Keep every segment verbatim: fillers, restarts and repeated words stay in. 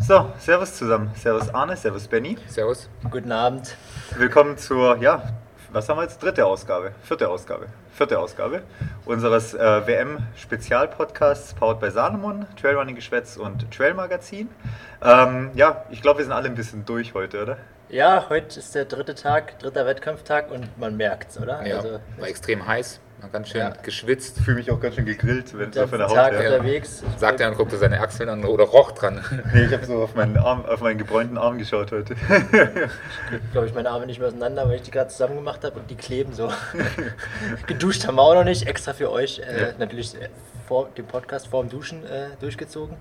So, servus zusammen. Servus Arne, servus Benny. Servus. Guten Abend. Willkommen zur, ja, was haben wir jetzt? Dritte Ausgabe, vierte Ausgabe, vierte Ausgabe unseres äh, W M-Spezialpodcasts powered by Salomon, Trailrunning-Geschwätz und Trail-Magazin. Ähm, ja, ich glaube, wir sind alle ein bisschen durch heute, oder? Ja, heute ist der dritte Tag, dritter Wettkampftag und man merkt's, oder? Ja, also, war extrem heiß, war ganz schön Ja. geschwitzt. Ich fühle mich auch ganz schön gegrillt, wenn es auf den der Haut Tag wäre. unterwegs. Sagt er und guckte seine Achseln an oder roch dran. Nee, ich habe so auf meinen Arm, auf meinen gebräunten Arm geschaut heute. Ich glaube, ich meine Arme nicht mehr auseinander, weil ich die gerade zusammen gemacht habe und die kleben so. Geduscht haben wir auch noch nicht, extra für euch. Äh, Ja. Natürlich äh, vor dem Podcast vor dem Duschen äh, durchgezogen.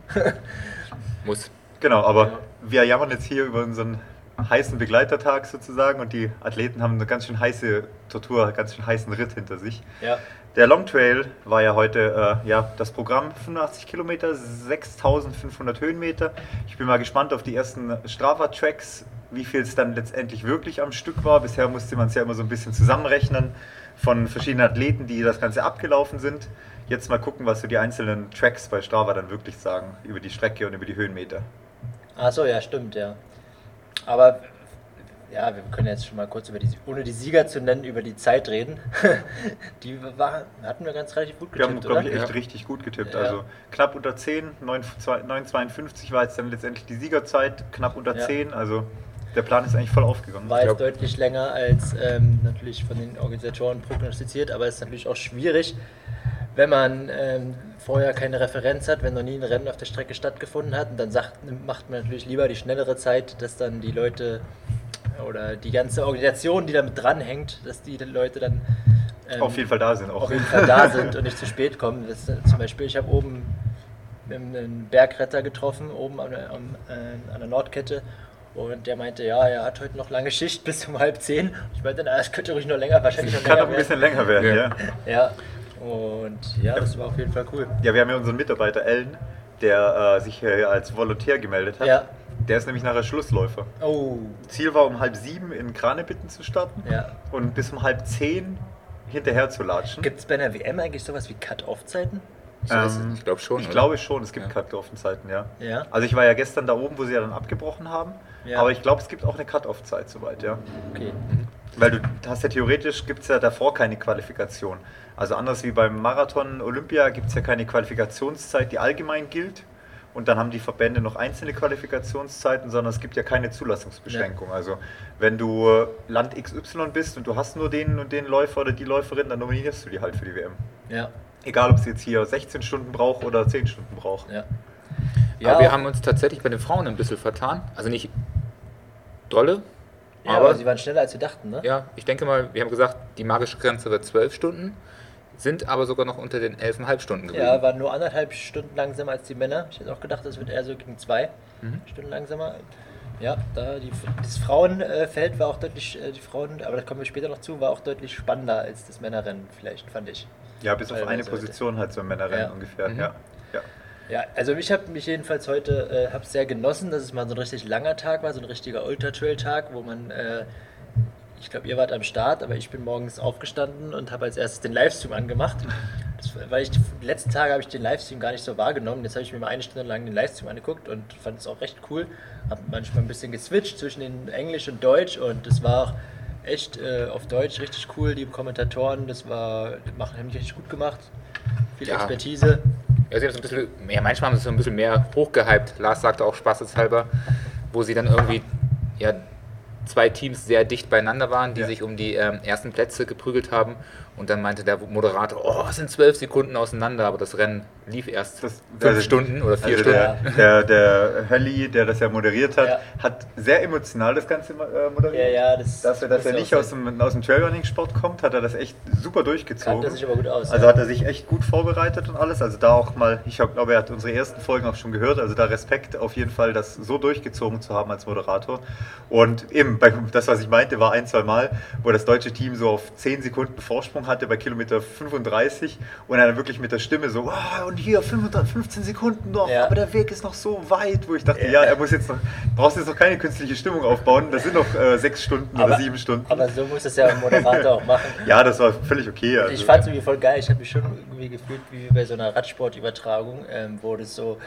Muss. Genau, aber Ja. wir jammern jetzt hier über unseren heißen Begleitertag sozusagen und die Athleten haben eine ganz schön heiße Tortur, einen ganz schön heißen Ritt hinter sich. Ja. Der Long Trail war ja heute äh, ja, das Programm, fünfundachtzig Kilometer, sechstausendfünfhundert Höhenmeter. Ich bin mal gespannt auf die ersten Strava-Tracks, wie viel es dann letztendlich wirklich am Stück war. Bisher musste man es ja immer so ein bisschen zusammenrechnen von verschiedenen Athleten, die das Ganze abgelaufen sind. Jetzt mal gucken, was so die einzelnen Tracks bei Strava dann wirklich sagen, über die Strecke und über die Höhenmeter. Achso, ja, stimmt, ja. Aber ja, wir können jetzt schon mal kurz über die, ohne die Sieger zu nennen, über die Zeit reden. Die war, hatten wir ganz relativ gut Wir getippt, haben, glaube ich, oder? echt Ja. richtig gut getippt. Ja. Also knapp unter zehn, neun Komma zweiundfünfzig war jetzt dann letztendlich die Siegerzeit, knapp unter Ja. zehn. Also der Plan ist eigentlich voll aufgegangen. War Ich jetzt glaub- deutlich länger als ähm, natürlich von den Organisatoren prognostiziert, aber es ist natürlich auch schwierig, wenn man ähm, vorher keine Referenz hat, wenn noch nie ein Rennen auf der Strecke stattgefunden hat, und dann sagt, macht man natürlich lieber die schnellere Zeit, dass dann die Leute oder die ganze Organisation, die damit dranhängt, dass die Leute dann ähm, Auf jeden Fall da sind auch. auf jeden Fall da sind und nicht zu spät kommen. Das ist, zum Beispiel, ich habe oben einen Bergretter getroffen, oben an der, am, äh, an der Nordkette. Und der meinte, ja, er hat heute noch lange Schicht bis um halb zehn. Ich meinte, na, es könnte ruhig noch länger, wahrscheinlich noch Kann länger noch ein bisschen länger werden, ja. Ja. Ja, und ja, das war auf jeden Fall cool. Ja, wir haben ja unseren Mitarbeiter Ellen, der äh, sich hier als Volontär gemeldet hat. Ja. Der ist nämlich nachher Schlussläufer. Oh, Ziel war, um halb sieben in Kranebitten zu starten ja. und bis um halb zehn hinterher zu latschen. Gibt es bei einer W M eigentlich sowas wie Cut-Off-Zeiten? So ist Ähm, es. Ich glaube schon. Ich oder? glaube schon, es gibt Ja. Cut-Off-Zeiten, ja. Ja. Also ich war ja gestern da oben, wo sie ja dann abgebrochen haben. Ja. Aber ich glaube, es gibt auch eine Cut-Off-Zeit soweit, ja. Okay. Weil du hast ja theoretisch, gibt es ja davor keine Qualifikation. Also anders wie beim Marathon Olympia gibt es ja keine Qualifikationszeit, die allgemein gilt. Und dann haben die Verbände noch einzelne Qualifikationszeiten, sondern es gibt ja keine Zulassungsbeschränkung. Also wenn du äh, Land X Y bist und du hast nur den und den Läufer oder die Läuferin, dann nominierst du die halt für die W M. Ja. Egal, ob sie jetzt hier sechzehn Stunden braucht oder zehn Stunden braucht. Ja. Aber wir haben uns tatsächlich bei den Frauen ein bisschen vertan. Also nicht dolle, ja, aber aber sie waren schneller als wir dachten, ne? ja, ich denke mal, wir haben gesagt, die magische Grenze wird zwölf Stunden, sind aber sogar noch unter den elf Komma fünf Stunden geblieben. Ja, waren nur anderthalb Stunden langsamer als die Männer. Ich hätte auch gedacht, das wird eher so gegen zwei Mhm. Stunden langsamer. Ja, da die, das Frauenfeld war auch deutlich, äh, die Frauen, aber da kommen wir später noch zu, war auch deutlich spannender als das Männerrennen, vielleicht, fand ich. Ja, bis auf Teilweise eine heute. Position halt so im Männerrennen Ja. ungefähr. Mhm. Ja. Ja. Ja, also ich habe mich jedenfalls heute äh, hab's sehr genossen, dass es mal so ein richtig langer Tag war, so ein richtiger Ultra-Trail-Tag, wo man, äh, ich glaube, ihr wart am Start, aber ich bin morgens aufgestanden und habe als erstes den Livestream angemacht. Das, weil ich die letzten Tage habe ich den Livestream gar nicht so wahrgenommen. Jetzt habe ich mir mal eine Stunde lang den Livestream angeguckt und fand es auch recht cool. Habe manchmal ein bisschen geswitcht zwischen den Englisch und Deutsch und das war auch echt äh, auf Deutsch richtig cool. Die Kommentatoren, das war, die machen, haben die richtig gut gemacht. Viel Ja. Expertise. Ja, sie haben so ein bisschen, ja, manchmal haben sie es so ein bisschen mehr hochgehypt. Lars sagte auch spaßeshalber, wo sie dann irgendwie ja, zwei Teams sehr dicht beieinander waren, die Ja. sich um die ähm, ersten Plätze geprügelt haben. Und dann meinte der Moderator, oh, es sind zwölf Sekunden auseinander, aber das Rennen lief erst Das- fünf also- Stunden oder vier Also Stunden. der, der, der Hölli, der das ja moderiert hat, Ja. hat sehr emotional das Ganze äh, moderiert. Ja, ja, das Dass er, dass muss er auch nicht sein. aus dem, aus dem Trailrunning-Sport kommt, hat er das echt super durchgezogen. Kannte sich aber gut aus. Also ja. hat er sich echt gut vorbereitet und alles. Also da auch mal, ich glaube, er hat unsere ersten Folgen auch schon gehört. Also da Respekt auf jeden Fall, das so durchgezogen zu haben als Moderator. Und eben, bei, das, was ich meinte, war ein, zwei Mal, wo das deutsche Team so auf zehn Sekunden Vorsprung hatte bei Kilometer fünfunddreißig und er dann wirklich mit der Stimme so, oh, und hier fünfzehn Sekunden noch, Ja. aber der Weg ist noch so weit, wo ich dachte, Ja. ja, er muss jetzt noch, brauchst jetzt noch keine künstliche Stimmung aufbauen, das sind noch äh, sechs Stunden oder sieben Stunden. Aber so muss es ja ein Moderator auch machen. Ja, das war völlig okay. Also. Ich fand es irgendwie voll geil. Ich habe mich schon irgendwie gefühlt wie bei so einer Radsportübertragung, ähm, wo das so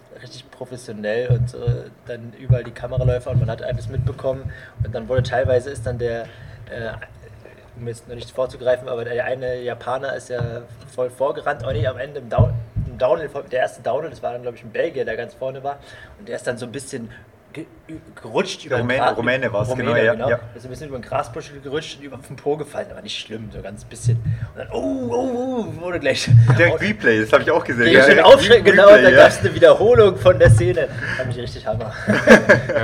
richtig professionell und so, dann überall die Kameraläufer und man hat alles mitbekommen und dann wurde teilweise ist dann der, äh, um jetzt noch nicht vorzugreifen, aber der eine Japaner ist ja voll vorgerannt, auch nicht am Ende im, Down, im Downhill, der erste Downhill, das war dann glaube ich ein Belgier, der ganz vorne war und der ist dann so ein bisschen ge gerutscht über Rumäne, den Rumäne war es, genau, ja. genau. Ja. Ist ein bisschen über den Grasbuschel gerutscht und über den Po gefallen, aber nicht schlimm, so ganz bisschen. Und dann, oh, oh, oh, wurde gleich. Direkt Replay, das habe ich auch gesehen. Ja, ja, Aufschreck, genau, und da ja. gab es eine Wiederholung von der Szene. Fand mich richtig Hammer. Ja.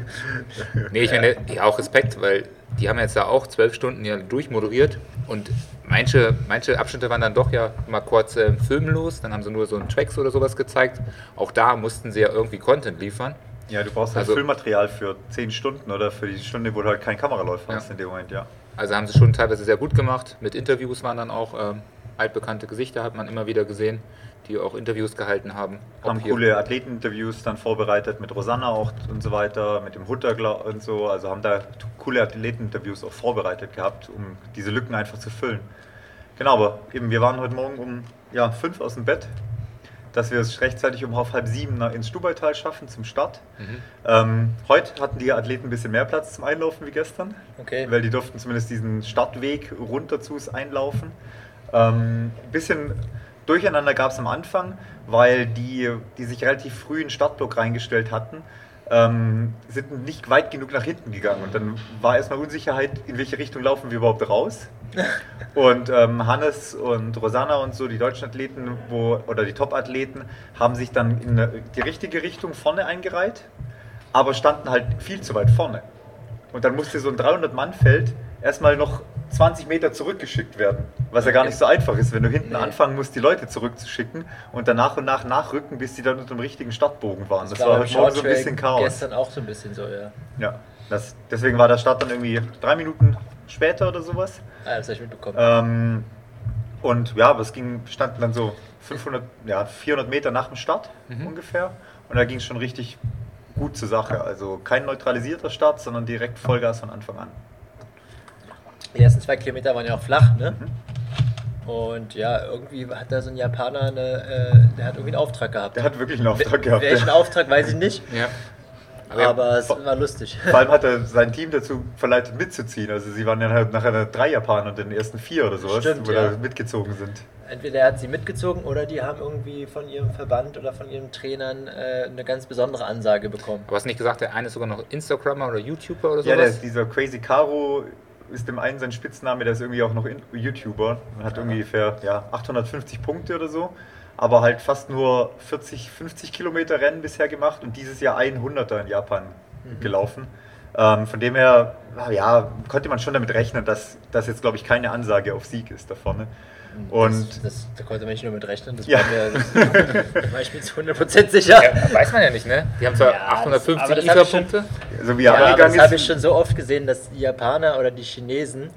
Nee, ich meine, ja, auch Respekt, weil die haben jetzt da auch zwölf Stunden ja durchmoderiert und manche, manche Abschnitte waren dann doch ja mal kurz äh, filmlos, dann haben sie nur so einen Tracks oder sowas gezeigt. Auch da mussten sie ja irgendwie Content liefern. Ja, du brauchst halt Also- Filmmaterial für zehn Stunden oder für die Stunde, wo du halt kein Kameraläufer Ja. hast in dem Moment, ja. Also haben sie schon teilweise sehr gut gemacht. Mit Interviews waren dann auch ähm, altbekannte Gesichter, hat man immer wieder gesehen, die auch Interviews gehalten haben. Ob Haben hier- coole Athleteninterviews dann vorbereitet mit Rosanna auch und so weiter, mit dem Hutter glaub- und so. Also haben da t- coole Athleteninterviews auch vorbereitet gehabt, um diese Lücken einfach zu füllen. Genau, aber eben, wir waren heute Morgen um ja, fünf aus dem Bett, dass wir es rechtzeitig um halb sieben nach- ins Stubaital schaffen zum Start. Mhm. Ähm, heute hatten die Athleten ein bisschen mehr Platz zum Einlaufen wie gestern, Okay. weil die durften zumindest diesen Startweg runter zu es einlaufen. Ähm, ein bisschen Durcheinander gab es am Anfang, weil die, die sich relativ früh in den Startblock reingestellt hatten, ähm, sind nicht weit genug nach hinten gegangen. Und dann war erstmal Unsicherheit, in welche Richtung laufen wir überhaupt raus. Und ähm, Hannes und Rosanna und so, die deutschen Athleten wo, oder die Top-Athleten, haben sich dann in die richtige Richtung vorne eingereiht, aber standen halt viel zu weit vorne. Und dann musste so ein dreihundert-Mann-Feld erstmal noch zwanzig Meter zurückgeschickt werden, was ja gar nicht so einfach ist, wenn du hinten Nee. anfangen musst, die Leute zurückzuschicken und dann nach und nach nachrücken, bis die dann unter dem richtigen Startbogen waren. Das, war beim heute Morgen so ein Shorttrack bisschen Chaos. Gestern auch so ein bisschen so, ja. Ja, das, deswegen war der Start dann irgendwie drei Minuten später oder sowas. Ah, das habe ich mitbekommen. Ähm, und ja, aber es ging, standen dann so fünfhundert, ja, vierhundert Meter nach dem Start Mhm. ungefähr. Und da ging es schon richtig gut zur Sache. Also kein neutralisierter Start, sondern direkt Vollgas von Anfang an. Die ersten zwei Kilometer waren ja auch flach, ne? Mhm. Und ja, irgendwie hat da so ein Japaner eine, äh, der hat irgendwie einen Auftrag gehabt. Der hat wirklich einen Auftrag gehabt. Welchen ja. Auftrag weiß ich nicht, Ja. aber ja, es war lustig. Vor allem hat er sein Team dazu verleitet mitzuziehen. Also sie waren dann halt nachher drei Japaner und den ersten vier oder sowas, Stimmt, wo ja. da mitgezogen sind. Entweder er hat sie mitgezogen oder die haben irgendwie von ihrem Verband oder von ihren Trainern äh, eine ganz besondere Ansage bekommen. aber hast du nicht gesagt, der eine ist sogar noch Instagrammer oder YouTuber oder Ja, der, sowas? dieser Crazy Caro ist dem einen sein Spitzname, der ist irgendwie auch noch in- YouTuber und hat ungefähr ja, achthundertfünfzig Punkte oder so, aber halt fast nur vierzig, fünfzig Kilometer Rennen bisher gemacht und dieses Jahr hunderter in Japan Mhm. gelaufen. Ähm, von dem her, ja, konnte man schon damit rechnen, dass das jetzt, glaube ich, keine Ansage auf Sieg ist da vorne. Und das, das, da konnte man nicht nur mit rechnen, das Ja. war mir, das, da war ich mir zu hundert Prozent sicher. Ja, weiß man ja nicht, ne? Die haben zwar Ja, das- aber achthundertfünfzig das hab ich schon- I F A-Punkte. so wie er Ja, aber angegangen das habe ich ist, schon so oft gesehen, dass die Japaner oder die Chinesen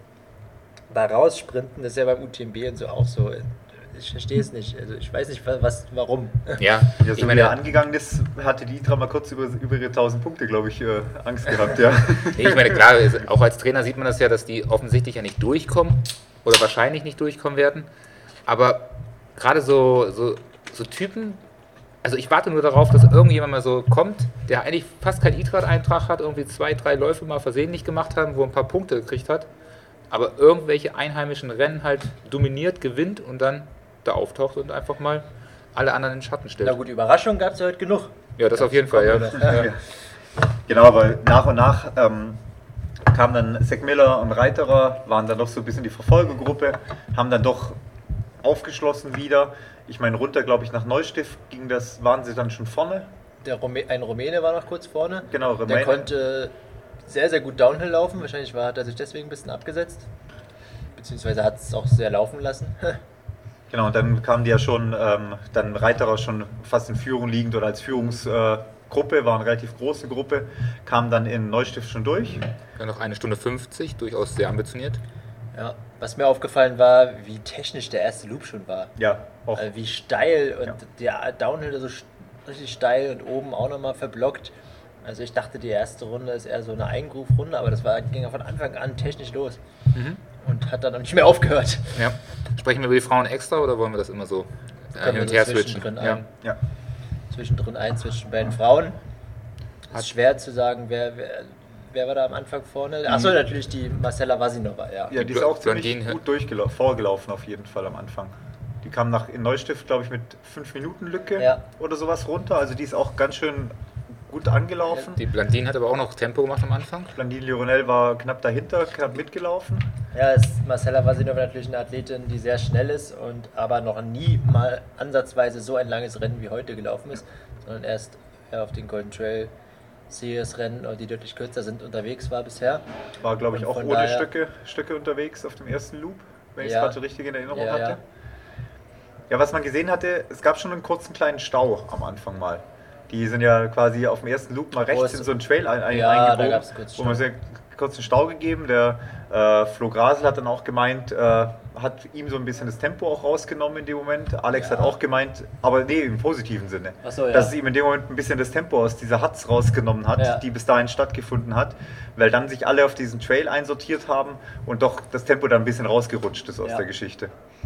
da raussprinten. Das ist ja beim U T M B und so auch so. Ich verstehe es nicht. Also ich weiß nicht, was, was warum. Ja, ja, ich so wie er meine, angegangen ist, hatte die Itra mal kurz über, über ihre tausend Punkte, glaube ich, äh, Angst gehabt, ja. nee, ich meine, klar, es- auch als Trainer sieht man das ja, dass die offensichtlich ja nicht durchkommen oder wahrscheinlich nicht durchkommen werden. Aber gerade so, so, so Typen, also ich warte nur darauf, dass irgendjemand mal so kommt, der eigentlich fast keinen I-Trad-Eintrag hat, irgendwie zwei, drei Läufe mal versehentlich gemacht haben, wo er ein paar Punkte gekriegt hat, aber irgendwelche einheimischen Rennen halt dominiert, gewinnt und dann da auftaucht und einfach mal alle anderen in den Schatten stellt. Na gut, Überraschung gab es ja heute genug. Ja, das auf jeden Fall, ja. Ja. ja. Genau, aber nach und nach ähm, kamen dann Zack Miller und Reiterer, waren dann doch so ein bisschen die Verfolgergruppe, haben dann doch aufgeschlossen wieder. Ich meine, runter, glaube ich, nach Neustift ging das, waren sie dann schon vorne. Der Rume ein Rumäne war noch kurz vorne. Genau, Der Rumäne. konnte sehr, sehr gut Downhill laufen. Wahrscheinlich war, hat er sich deswegen ein bisschen abgesetzt. Beziehungsweise hat es auch sehr laufen lassen. Genau, und dann kamen die ja schon, ähm, dann Reiterer schon fast in Führung liegend oder als Führungsgruppe, äh, war eine relativ große Gruppe, kamen dann in Neustift schon durch. Ja, noch eine Stunde fünfzig, durchaus sehr ambitioniert. Ja, was mir aufgefallen war, wie technisch der erste Loop schon war. Ja, auch. Also wie steil und Ja. der Downhill so st- richtig steil und oben auch nochmal verblockt. Also ich dachte, die erste Runde ist eher so eine Eingroove-Runde, aber das war, ging ja von Anfang an technisch los Mhm. und hat dann auch nicht mehr aufgehört. Ja. Sprechen wir über die Frauen extra oder wollen wir das immer so äh, hin und her switchen? zwischendrin Ja. ein. Ja. zwischendrin ein zwischen beiden Frauen. Es ist schwer zu sagen, wer, wer, wer war da am Anfang vorne. Achso, natürlich die Marcella Vasinova, ja. Ja, die ist auch ziemlich gut durchgelaufen, vorgelaufen auf jeden Fall am Anfang. Die kam nach in Neustift, glaube ich, mit fünf Minuten Lücke ja. oder sowas runter. Also die ist auch ganz schön gut angelaufen. Die Blandine hat aber auch noch Tempo gemacht am Anfang. Blandine Lioronel war knapp dahinter, knapp mitgelaufen. Ja, ist Marcella Vasinova natürlich eine Athletin, die sehr schnell ist und aber noch nie mal ansatzweise so ein langes Rennen wie heute gelaufen ist, sondern erst auf den Golden Trail Series Rennen, die deutlich kürzer sind, unterwegs war bisher. War, glaube ich, und auch ohne Stücke, Stücke unterwegs auf dem ersten Loop, wenn ich es ja. gerade richtig in Erinnerung ja, hatte. Ja. ja, was man gesehen hatte, es gab schon einen kurzen kleinen Stau am Anfang mal. Die sind ja quasi auf dem ersten Loop mal rechts oh, in so einen Trail ein, ein, ja, eingebogen, da gab's kurz wo man sehr kurz einen Stau gegeben. Der äh, Flo Grasel hat dann auch gemeint, äh, hat ihm so ein bisschen das Tempo auch rausgenommen in dem Moment. Alex ja. hat auch gemeint, aber nee, im positiven Sinne, Ach so, ja. dass es ihm in dem Moment ein bisschen das Tempo aus dieser Hatz rausgenommen hat, ja. die bis dahin stattgefunden hat, weil dann sich alle auf diesen Trail einsortiert haben und doch das Tempo dann ein bisschen rausgerutscht ist aus ja. der Geschichte.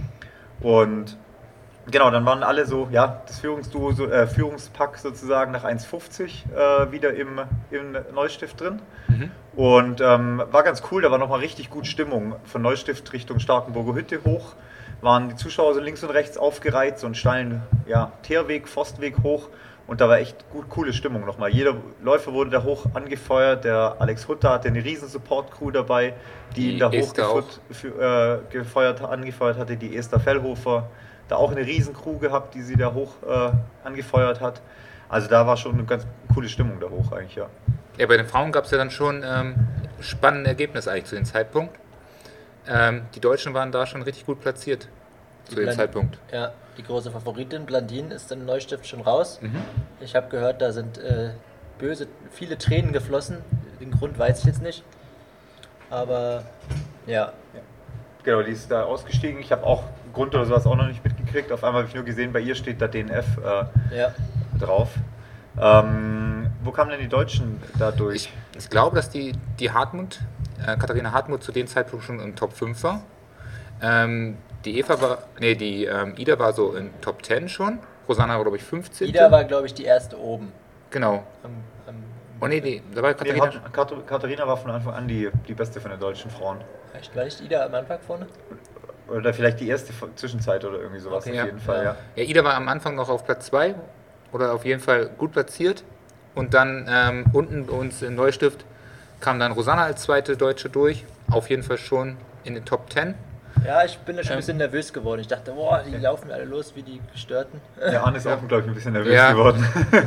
Und genau, dann waren alle so, ja, das Führungsduo, so, äh, Führungspack sozusagen nach eins fünfzig äh, wieder im, im Neustift drin. Mhm. Und ähm, war ganz cool, da war nochmal richtig gut Stimmung. Von Neustift Richtung Starkenburger Hütte hoch waren die Zuschauer so links und rechts aufgereiht, so einen steilen ja, Teerweg, Forstweg hoch. Und da war echt gut, coole Stimmung nochmal. Jeder Läufer wurde da hoch angefeuert. Der Alex Hutter hatte eine riesen Support-Crew dabei, die, die ihn da hochgefeuert, äh, angefeuert hatte. Die Esther Fellhofer da auch eine riesen Crew gehabt, die sie da hoch äh, angefeuert hat. Also da war schon eine ganz coole Stimmung da hoch eigentlich, ja. Ja, bei den Frauen gab es ja dann schon ähm, spannende Ergebnisse eigentlich zu dem Zeitpunkt. Ähm, die Deutschen waren da schon richtig gut platziert die zu dem Bland- Zeitpunkt. Ja, die große Favoritin Blandine ist in Neustift schon raus. Mhm. Ich habe gehört, da sind äh, böse, viele Tränen geflossen. Den Grund weiß ich jetzt nicht. Aber ja. ja. Genau, die ist da ausgestiegen. Ich habe auch Grund oder sowas auch noch nicht mitgekriegt. Auf einmal habe ich nur gesehen, bei ihr steht da D N F äh, ja. drauf. Ähm, wo kamen denn die Deutschen da durch? Ich, ich glaube, dass die, die Hartmut, äh, Katharina Hartmut zu dem Zeitpunkt schon im Top fünf war. Ähm, die Eva war, nee, die ähm, Ida war so in Top zehn schon. Rosanna war, glaube ich, fünfzehn. Ida war, glaube ich, die erste oben. Genau. Am, am oh nee, die, da war Katharina. Nee, Kat- Katharina war von Anfang an die, die beste von den deutschen Frauen. Echt? War nicht Ida am Anfang vorne? Oder vielleicht die erste Zwischenzeit oder irgendwie sowas okay, auf jeden ja. Fall, ja. Ja, Ida war am Anfang noch auf Platz zwei oder auf jeden Fall gut platziert. Und dann ähm, unten bei uns in Neustift kam dann Rosanna als zweite Deutsche durch. Auf jeden Fall schon in den Top zehn. Ja, ich bin da schon ein bisschen nervös geworden. Ich dachte, boah, die laufen alle los wie die Gestörten. Der Arne ist ja. auch, glaube ich, ein bisschen nervös ja. geworden.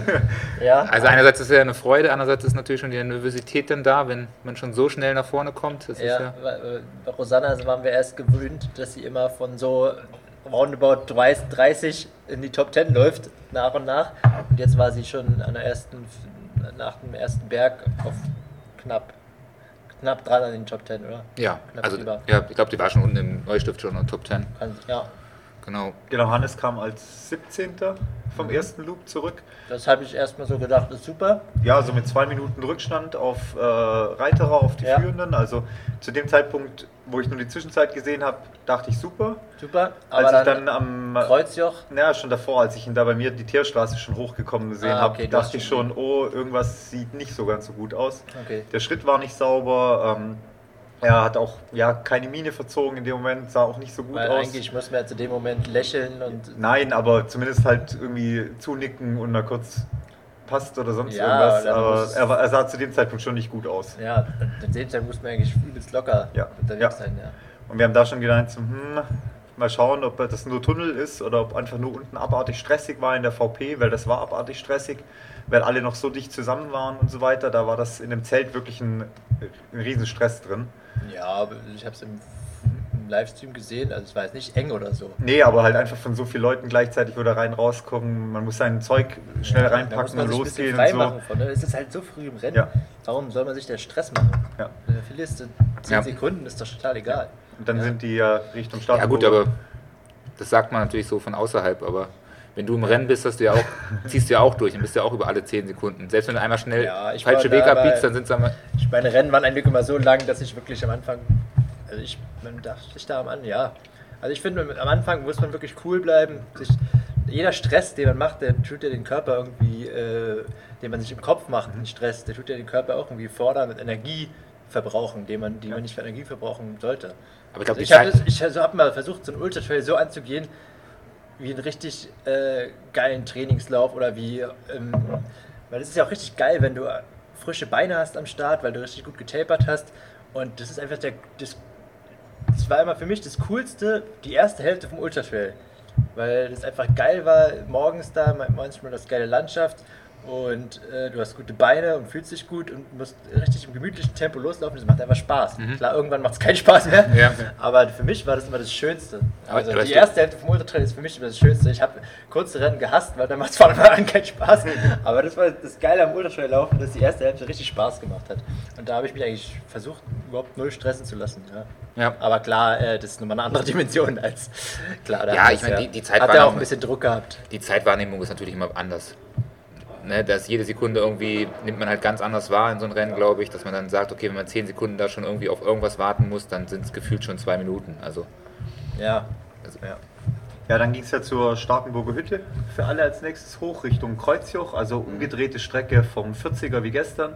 ja. Also einerseits ist ja eine Freude, andererseits ist natürlich schon die Nervosität dann da, wenn man schon so schnell nach vorne kommt. Das ja, ist ja bei Rosanna waren wir erst gewöhnt, dass sie immer von so roundabout dreißig in die Top zehn läuft, nach und nach. Und jetzt war sie schon an der ersten, nach dem ersten Berg auf knapp. Knapp dran an den Top zehn, oder? Ja, knapp also drüber. ja, ich glaube, die war schon unten im Neustift schon in Top zehn. Ja. Genau. Genau, Hannes kam als siebzehnter vom mhm. ersten Loop zurück. Das habe ich erstmal so gedacht, das ist super. Ja, so mit zwei Minuten Rückstand auf äh, Reiterer, auf die ja. Führenden. Also zu dem Zeitpunkt, wo ich nur die Zwischenzeit gesehen habe, dachte ich super. Super, aber als ich dann, dann am Kreuzjoch? Ja, schon davor, als ich ihn da bei mir die Teerstraße schon hochgekommen gesehen ah, okay, habe, dachte ich schon, oh, irgendwas sieht nicht so ganz so gut aus. Okay. Der Schritt war nicht sauber. Ähm, er hat auch ja, keine Miene verzogen in dem Moment, sah auch nicht so gut Weil aus. Eigentlich muss man ja zu dem Moment lächeln und... Nein, aber zumindest halt irgendwie zunicken und mal kurz passt oder sonst ja, irgendwas. Aber er, war, er sah zu dem Zeitpunkt schon nicht gut aus. Ja, den Sehtag muss man eigentlich übelst locker ja. unterwegs ja. sein. Ja. Und wir haben da schon gedacht, so, hm, mal schauen, ob das nur Tunnel ist oder ob einfach nur unten abartig stressig war in der V P, weil das war abartig stressig, weil alle noch so dicht zusammen waren und so weiter. Da war das in dem Zelt wirklich ein, ein riesen Stress drin. Ja, aber ich habe es im, im Livestream gesehen, also es war jetzt nicht eng oder so. Nee, aber halt einfach von so vielen Leuten gleichzeitig wieder rein, rauskommen. Man muss sein Zeug schnell ja, reinpacken und losgehen und so. Machen von, ne? Es ist halt so früh im Rennen. Ja. Warum soll man sich der Stress machen? Ja. Wenn du verlierst zehn ja. Sekunden, ist doch total egal. Ja. Und dann ja. sind die ja Richtung Start. Ja gut, aber das sagt man natürlich so von außerhalb, aber wenn du im Rennen bist, hast du ja auch, ziehst du ja auch durch und bist ja auch über alle zehn Sekunden. Selbst wenn du einmal schnell ja, falsche Weg abbiegst, dann sind es einmal... Ich meine, Rennen waren eigentlich immer so lang, dass ich wirklich am Anfang, also ich, man dachte ich da am Anfang, ja. Also ich finde, am Anfang muss man wirklich cool bleiben, sich jeder Stress, den man macht, der tut ja den Körper irgendwie, äh, den man sich im Kopf macht, den Stress, der tut ja den Körper auch irgendwie fordern mit Energie verbrauchen, den man, die man nicht für Energie verbrauchen sollte. Aber ich glaube, Also die ich habe Zeit, ich also hab mal versucht, so einen Ultratrail so anzugehen, wie einen richtig äh, geilen Trainingslauf oder wie, ähm, weil es ist ja auch richtig geil, wenn du frische Beine hast am Start, weil du richtig gut getapert hast und das ist einfach der, das, das war immer für mich das Coolste, die erste Hälfte vom Ultratrail, weil das einfach geil war, morgens da, manchmal das geile Landschaft und äh, du hast gute Beine und fühlst dich gut und musst richtig im gemütlichen Tempo loslaufen, das macht einfach Spaß. Mhm. Klar, irgendwann macht es keinen Spaß mehr, Ja. aber für mich war das immer das Schönste. Also Aber die du- erste Hälfte vom Ultratrail ist für mich immer das Schönste. Ich habe kurze Rennen gehasst, weil dann macht es von Anfang an keinen Spaß, aber das war das Geile am Ultratrail laufen, dass die erste Hälfte richtig Spaß gemacht hat. Und da habe ich mich eigentlich versucht, überhaupt null stressen zu lassen. Ja. ja. Aber klar, äh, das ist nochmal eine andere Dimension als klar. da Ja, hat ich es meine, die- die Zeit hat war er noch- auch ein bisschen Druck gehabt. Die Zeitwahrnehmung ist natürlich immer anders. Ne, dass jede Sekunde irgendwie, nimmt man halt ganz anders wahr in so einem Rennen, glaube ich, dass man dann sagt, okay, wenn man zehn Sekunden da schon irgendwie auf irgendwas warten muss, dann sind es gefühlt schon zwei Minuten. Also, Ja. also Ja. Ja, dann ging es ja zur Starkenburger Hütte für alle als nächstes hoch Richtung Kreuzjoch, also umgedrehte Strecke vom vierziger wie gestern.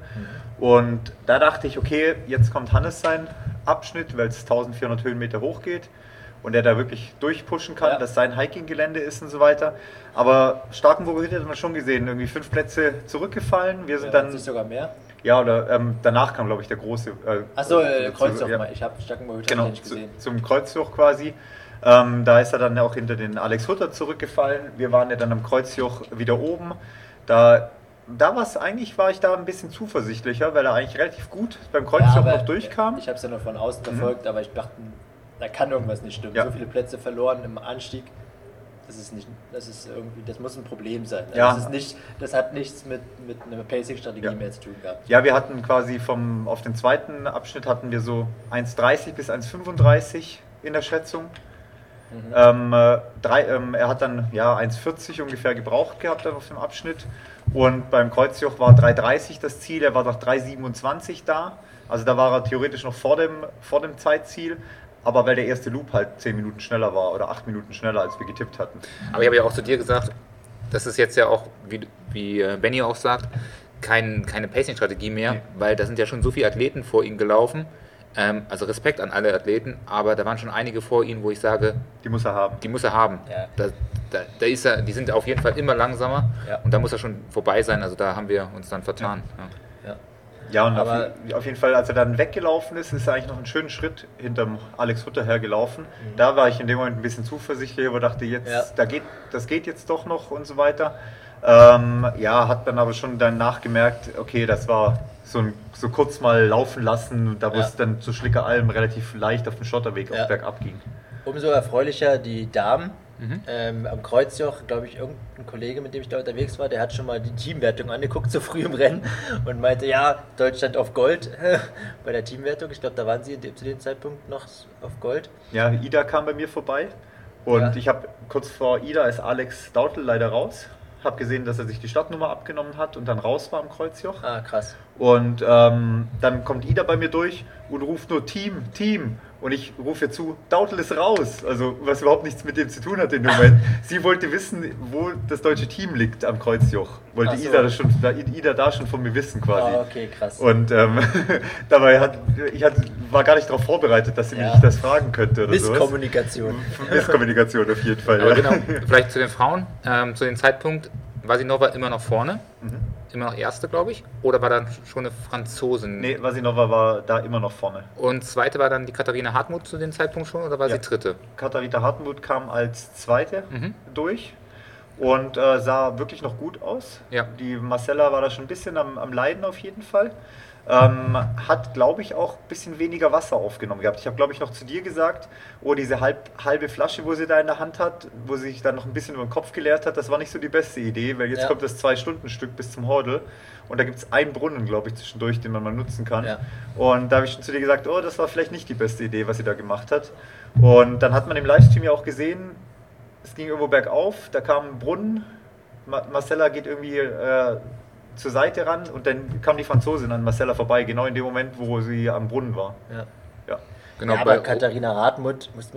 Und da dachte ich, okay, jetzt kommt Hannes sein Abschnitt, weil es eintausendvierhundert Höhenmeter hoch geht und er da wirklich durchpushen kann, Ja. dass sein Hiking-Gelände ist und so weiter. Aber Starkenburger Hütte hat man schon gesehen, irgendwie fünf Plätze zurückgefallen. Wir sind Dann dann, nicht sogar mehr. ja, oder ähm, danach kam, glaube ich, der große. Äh, Achso, äh, zu- Kreuzjoch ja. mal. Ich habe Stackenburg Genau, nicht zu, gesehen. zum Kreuzjoch quasi. Ähm, da ist er dann auch hinter den Alex Hutter zurückgefallen. Wir waren ja dann am Kreuzjoch wieder oben. Da, da war es eigentlich, war ich da ein bisschen zuversichtlicher, weil er eigentlich relativ gut beim Kreuzjoch aber noch durchkam. Ich habe es ja nur von außen verfolgt, aber ich dachte, da kann irgendwas nicht stimmen. Ja. So viele Plätze verloren im Anstieg. Das ist nicht, das ist irgendwie, das muss ein Problem sein. Also Ja. Das ist nicht, das hat nichts mit, mit einer Pacing-Strategie Ja. mehr zu tun gehabt. Ja, wir hatten quasi vom, auf den zweiten Abschnitt hatten wir so eins dreißig bis eins fünfunddreißig in der Schätzung. Mhm. Ähm, äh, drei, ähm, er hat dann ja eins vierzig ungefähr gebraucht gehabt auf dem Abschnitt und beim Kreuzjoch war drei dreißig das Ziel, er war nach drei siebenundzwanzig da, also da war er theoretisch noch vor dem, vor dem Zeitziel, aber weil der erste Loop halt zehn Minuten schneller war oder acht Minuten schneller als wir getippt hatten. aber ich habe ja auch zu dir gesagt, das ist jetzt ja auch, wie, wie äh, Benny auch sagt, kein, keine Pacing-Strategie mehr, Nee. weil da sind ja schon so viele Athleten vor ihm gelaufen. Ähm, also Respekt an alle Athleten, aber da waren schon einige vor ihm, wo ich sage, Die muss er haben. die muss er haben. Ja. Da, da, da ist er, die sind auf jeden Fall immer langsamer Ja. und da muss er schon vorbei sein. Also da haben wir uns dann vertan. Ja. Ja. Ja, und Aber- auf, auf jeden Fall, als er dann weggelaufen ist, ist er eigentlich noch einen schönen Schritt hinterm Alex Hutter hergelaufen. Mhm. Da war ich in dem Moment ein bisschen zuversichtlicher, aber dachte, jetzt, Ja. da geht, das geht jetzt doch noch und so weiter. Ähm, ja, hat dann aber schon dann nachgemerkt, okay, das war so, ein, so kurz mal laufen lassen, da wo Ja. es dann zu Schlickeralm relativ leicht auf den Schotterweg Ja. auch bergab ging. Umso erfreulicher die Damen. Mhm. Ähm, am Kreuzjoch, glaube ich, irgendein Kollege, mit dem ich da unterwegs war, der hat schon mal die Teamwertung angeguckt, so früh im Rennen und meinte, ja, Deutschland auf Gold bei der Teamwertung. Ich glaube, da waren sie in dem, zu dem Zeitpunkt noch auf Gold. Ja, Ida kam bei mir vorbei und Ja. ich habe kurz vor Ida ist Alex Dautl leider raus. Habe gesehen, dass er sich die Startnummer abgenommen hat und dann raus war am Kreuzjoch. Ah, krass. Und ähm, dann kommt Ida bei mir durch und ruft nur Team, Team. Und ich rufe ihr zu, Dautl ist raus. Also was überhaupt nichts mit dem zu tun hat in dem Moment. Sie wollte wissen, wo das deutsche Team liegt am Kreuzjoch. Wollte Ach so. Ida, das schon, da, Ida da schon von mir wissen quasi. Ah, okay, krass. Und ähm, dabei hat, ich hat, war gar nicht darauf vorbereitet, dass sie Ja. mich das fragen könnte oder sowas. Misskommunikation. Misskommunikation auf jeden Fall. Aber ja. genau, vielleicht zu den Frauen. Ähm, zu dem Zeitpunkt war Sinova immer noch vorne, Mhm. immer noch Erste, glaube ich. Oder war dann schon eine Franzosin? Nee, Vasinova war da immer noch vorne. Und Zweite war dann die Katharina Hartmut zu dem Zeitpunkt schon oder war Ja. sie Dritte? Katharina Hartmut kam als Zweite Mhm. durch und äh, sah wirklich noch gut aus. Ja. Die Marcella war da schon ein bisschen am, am Leiden auf jeden Fall. Ähm, hat, glaube ich, auch ein bisschen weniger Wasser aufgenommen gehabt. Ich habe, glaube ich, noch zu dir gesagt, oh, diese halb, halbe Flasche, wo sie da in der Hand hat, wo sie sich dann noch ein bisschen über den Kopf geleert hat, das war nicht so die beste Idee, weil jetzt Ja. kommt das Zwei-Stunden-Stück bis zum Hordel und da gibt es einen Brunnen, glaube ich, zwischendurch, den man mal nutzen kann. Ja. Und da habe ich schon zu dir gesagt, oh, das war vielleicht nicht die beste Idee, was sie da gemacht hat. Und dann hat man im Livestream ja auch gesehen, es ging irgendwo bergauf, da kam ein Brunnen, Ma- Marcella geht irgendwie äh, zur Seite ran und dann kam die Franzosin an Marcella vorbei, genau in dem Moment, wo sie am Brunnen war. Ja. Genau, ja, bei aber Katharina Hartmut, muss mir,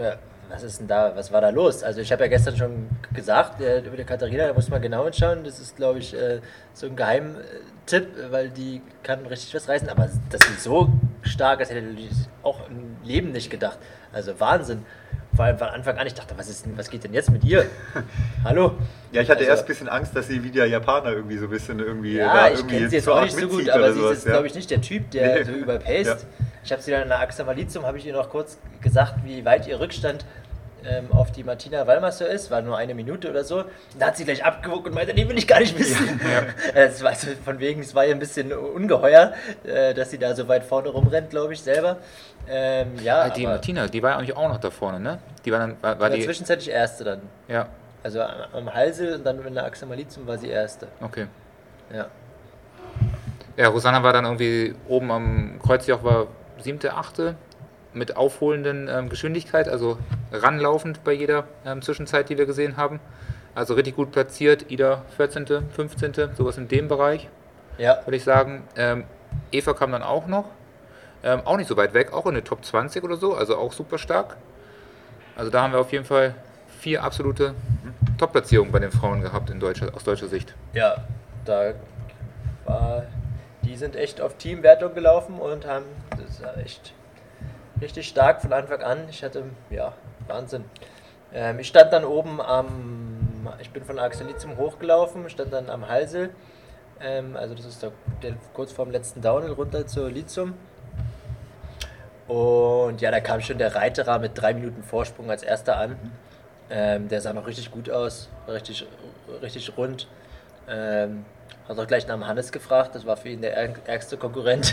was ist denn da, was war da los? Also ich habe ja gestern schon gesagt, äh, über die Katharina, da muss man genau hinschauen, das ist glaube ich äh, so ein Geheimtipp, weil die kann richtig was reißen, aber dass sie so stark ist, hätte ich auch im Leben nicht gedacht. Also Wahnsinn. Vor allem von Anfang an, ich dachte, was, ist denn, was geht denn jetzt mit ihr? Hallo? Ja, ich hatte also, erst ein bisschen Angst, dass sie wie der Japaner irgendwie so ein bisschen irgendwie. Ja, da ich irgendwie kenne sie jetzt zu auch arg nicht so gut, mitzieht aber oder sie sowas, ist jetzt, ja. glaube ich, nicht der Typ, der Nee. so überpaced. Ja. Ich habe sie dann in der Axamalizum, habe ich ihr noch kurz gesagt, wie weit ihr Rückstand ähm, auf die Martina Wallmaster ist, war nur eine Minute oder so. Da hat sie gleich abgewogen und meinte, nee, will ich gar nicht wissen. Ja. Ja. Das war also von wegen, es war ihr ein bisschen ungeheuer, äh, dass sie da so weit vorne rumrennt, glaube ich, selber. Ähm, ja, die aber Martina, die war ja eigentlich auch noch da vorne, ne? Die war dann, war, war die die, zwischenzeitlich Erste dann. ja, Also am, am Halsel und dann in der Axamalizum war sie Erste. okay. Ja. Ja, Rosanna war dann irgendwie oben am Kreuzjoch, war siebte, achte mit aufholenden ähm, Geschwindigkeit, also ranlaufend bei jeder ähm, Zwischenzeit, die wir gesehen haben. Also richtig gut platziert, Ida vierzehnte, fünfzehnte, sowas in dem Bereich, Ja. würde ich sagen. Ähm, Eva kam dann auch noch, ähm, auch nicht so weit weg, auch in der Top zwanzig oder so, also auch super stark. Also da haben wir auf jeden Fall vier absolute Top-Platzierungen bei den Frauen gehabt in deutscher, aus deutscher Sicht. Ja, da war, die sind echt auf Teamwertung gelaufen und haben, das war echt richtig stark von Anfang an. Ich hatte, ja, Wahnsinn. Ähm, ich stand dann oben am, ich bin von Axamalizum hochgelaufen, stand dann am Halsel, ähm, also das ist der, der, kurz vorm letzten Downhill runter zur Lizum. Und ja, da kam schon der Reiterer mit drei Minuten Vorsprung als erster an. Ähm, der sah noch richtig gut aus, war richtig, richtig rund. Ähm, hat auch gleich nach dem Hannes gefragt, das war für ihn der ärg- ärgste Konkurrent.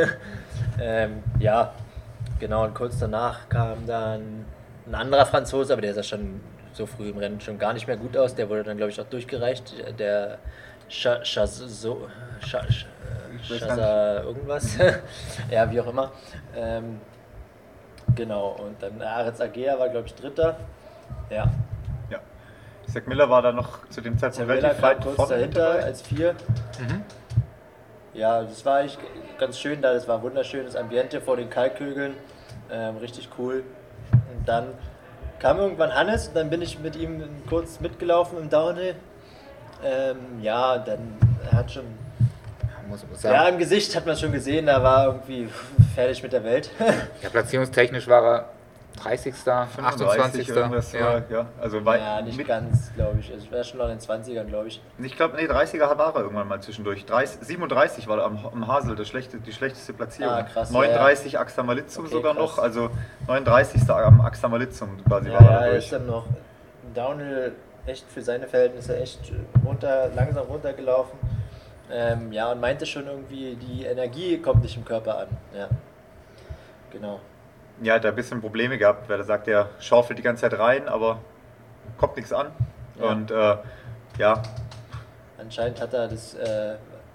ähm, ja, genau, und kurz danach kam dann ein anderer Franzose, aber der sah schon so früh im Rennen schon gar nicht mehr gut aus. Der wurde dann, glaube ich, auch durchgereicht. Der Scha- Chazo- Scha- Scha- Chaza irgendwas. Ja, wie auch immer. Ähm, genau, und dann Aretz Agea war, glaube ich, Dritter. Ja, Ja. Zack Miller war da noch zu dem Zeitpunkt Cervella relativ kam weit kurz vorne dahinter dabei. als Vier. Mhm. Ja, das war eigentlich ganz schön da. Das war ein wunderschönes Ambiente vor den Kalkhügeln. Ähm, richtig cool. Und dann kam irgendwann Hannes und dann bin ich mit ihm kurz mitgelaufen im Downhill. Ähm, ja, dann er hat schon. Muss man Ja, sagen. im Gesicht hat man schon gesehen, da war irgendwie fertig mit der Welt. Ja, platzierungstechnisch war er dreißigster, fünfunddreißig achtundzwanzigster irgendwas Ja. war, ja. Also weit, Ja, nicht mit, ganz, glaube ich. Es war schon noch in den zwanzigern, glaube ich. ich glaube, nee, dreißiger war er irgendwann mal zwischendurch. dreißig, siebenunddreißig war er am, am Hasel, das schlechte, die schlechteste Platzierung. Ah, krass, neununddreißig Axamalizum Okay, sogar krass. noch, also neununddreißigster am Axamalizum quasi Ja, war ja, er er durch. ist dann noch Downhill echt für seine Verhältnisse echt runter, langsam runtergelaufen. Ähm, ja, und meinte schon irgendwie, die Energie kommt nicht im Körper an. Ja, genau. Ja, hat er ein bisschen Probleme gehabt, weil er sagt, er schaufelt die ganze Zeit rein, aber kommt nichts an. Ja. Und äh, ja, Anscheinend hat er das, äh, äh,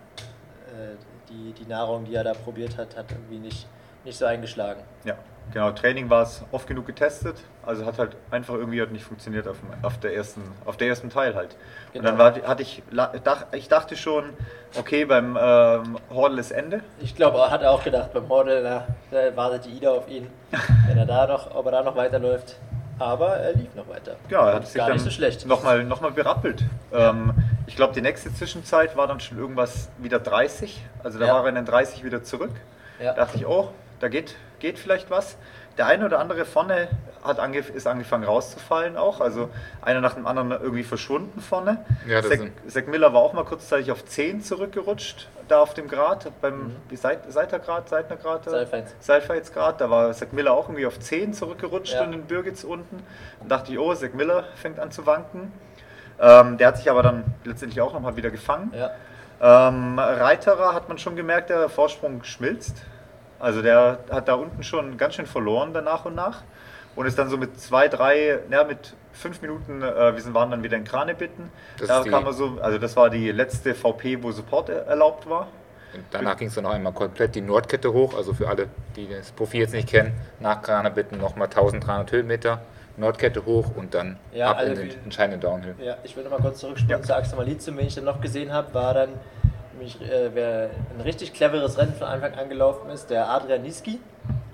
die, die Nahrung, die er da probiert hat, hat irgendwie nicht, nicht so eingeschlagen. ja, genau. Training war es oft genug getestet, also hat halt einfach irgendwie halt nicht funktioniert auf, dem- auf, der, ersten, auf der ersten Teil halt. Und Genau. dann war, hatte ich, la- dach, ich dachte schon, okay, beim ähm, Hordel ist Ende. Ich glaube, er hat er auch gedacht, beim Horde, da, da wartet die Ida auf ihn, wenn er da noch, ob er da noch weiterläuft. Aber er lief noch weiter. Ja, er hat sich Gar dann nicht so schlecht. nochmal noch mal berappelt. Ähm, ich glaube, die nächste Zwischenzeit war dann schon irgendwas wieder dreißig. Also da Ja. war er in den dreißig wieder zurück. Ja. Da dachte ich, oh, da geht, geht vielleicht was. Der eine oder andere vorne hat angef ist angefangen rauszufallen auch. Also einer nach dem anderen irgendwie verschwunden vorne. Ja, das Zack, sind- Zack Miller war auch mal kurzzeitig auf zehn zurückgerutscht, da auf dem Grat, beim Mhm. wie Seit Seitergrat, Seitnergrat, Seilfeins. Seilfeitsgrad. Da war Zack Miller auch irgendwie auf zehn zurückgerutscht Ja. und in Birgitz unten. Dann dachte ich, oh, Zack Miller fängt an zu wanken. Ähm, der hat sich aber dann letztendlich auch nochmal wieder gefangen. Ja. Ähm, Reiterer hat man schon gemerkt, der Vorsprung schmilzt. Also der hat da unten schon ganz schön verloren dann nach und nach. Und ist dann so mit zwei, drei, ja mit fünf Minuten, äh, wir sind, waren dann wieder in Kranebitten. Das Da ist die- kam er so, also das war die letzte V P, wo Support er- erlaubt war. Und danach ging es dann noch einmal komplett die Nordkette hoch, also für alle, die das Profil jetzt nicht kennen, nach Kranebitten nochmal eintausenddreihundert Höhenmeter, Nordkette hoch und dann Ja, ab in also den wie- entscheidenden Downhill. Ja, ich will noch mal kurz zurückspringen Ja. zur Axamalizum. Wen ich dann noch gesehen habe, war dann, nämlich, äh, wer ein richtig cleveres Rennen von Anfang an gelaufen ist, der Adrian Niski.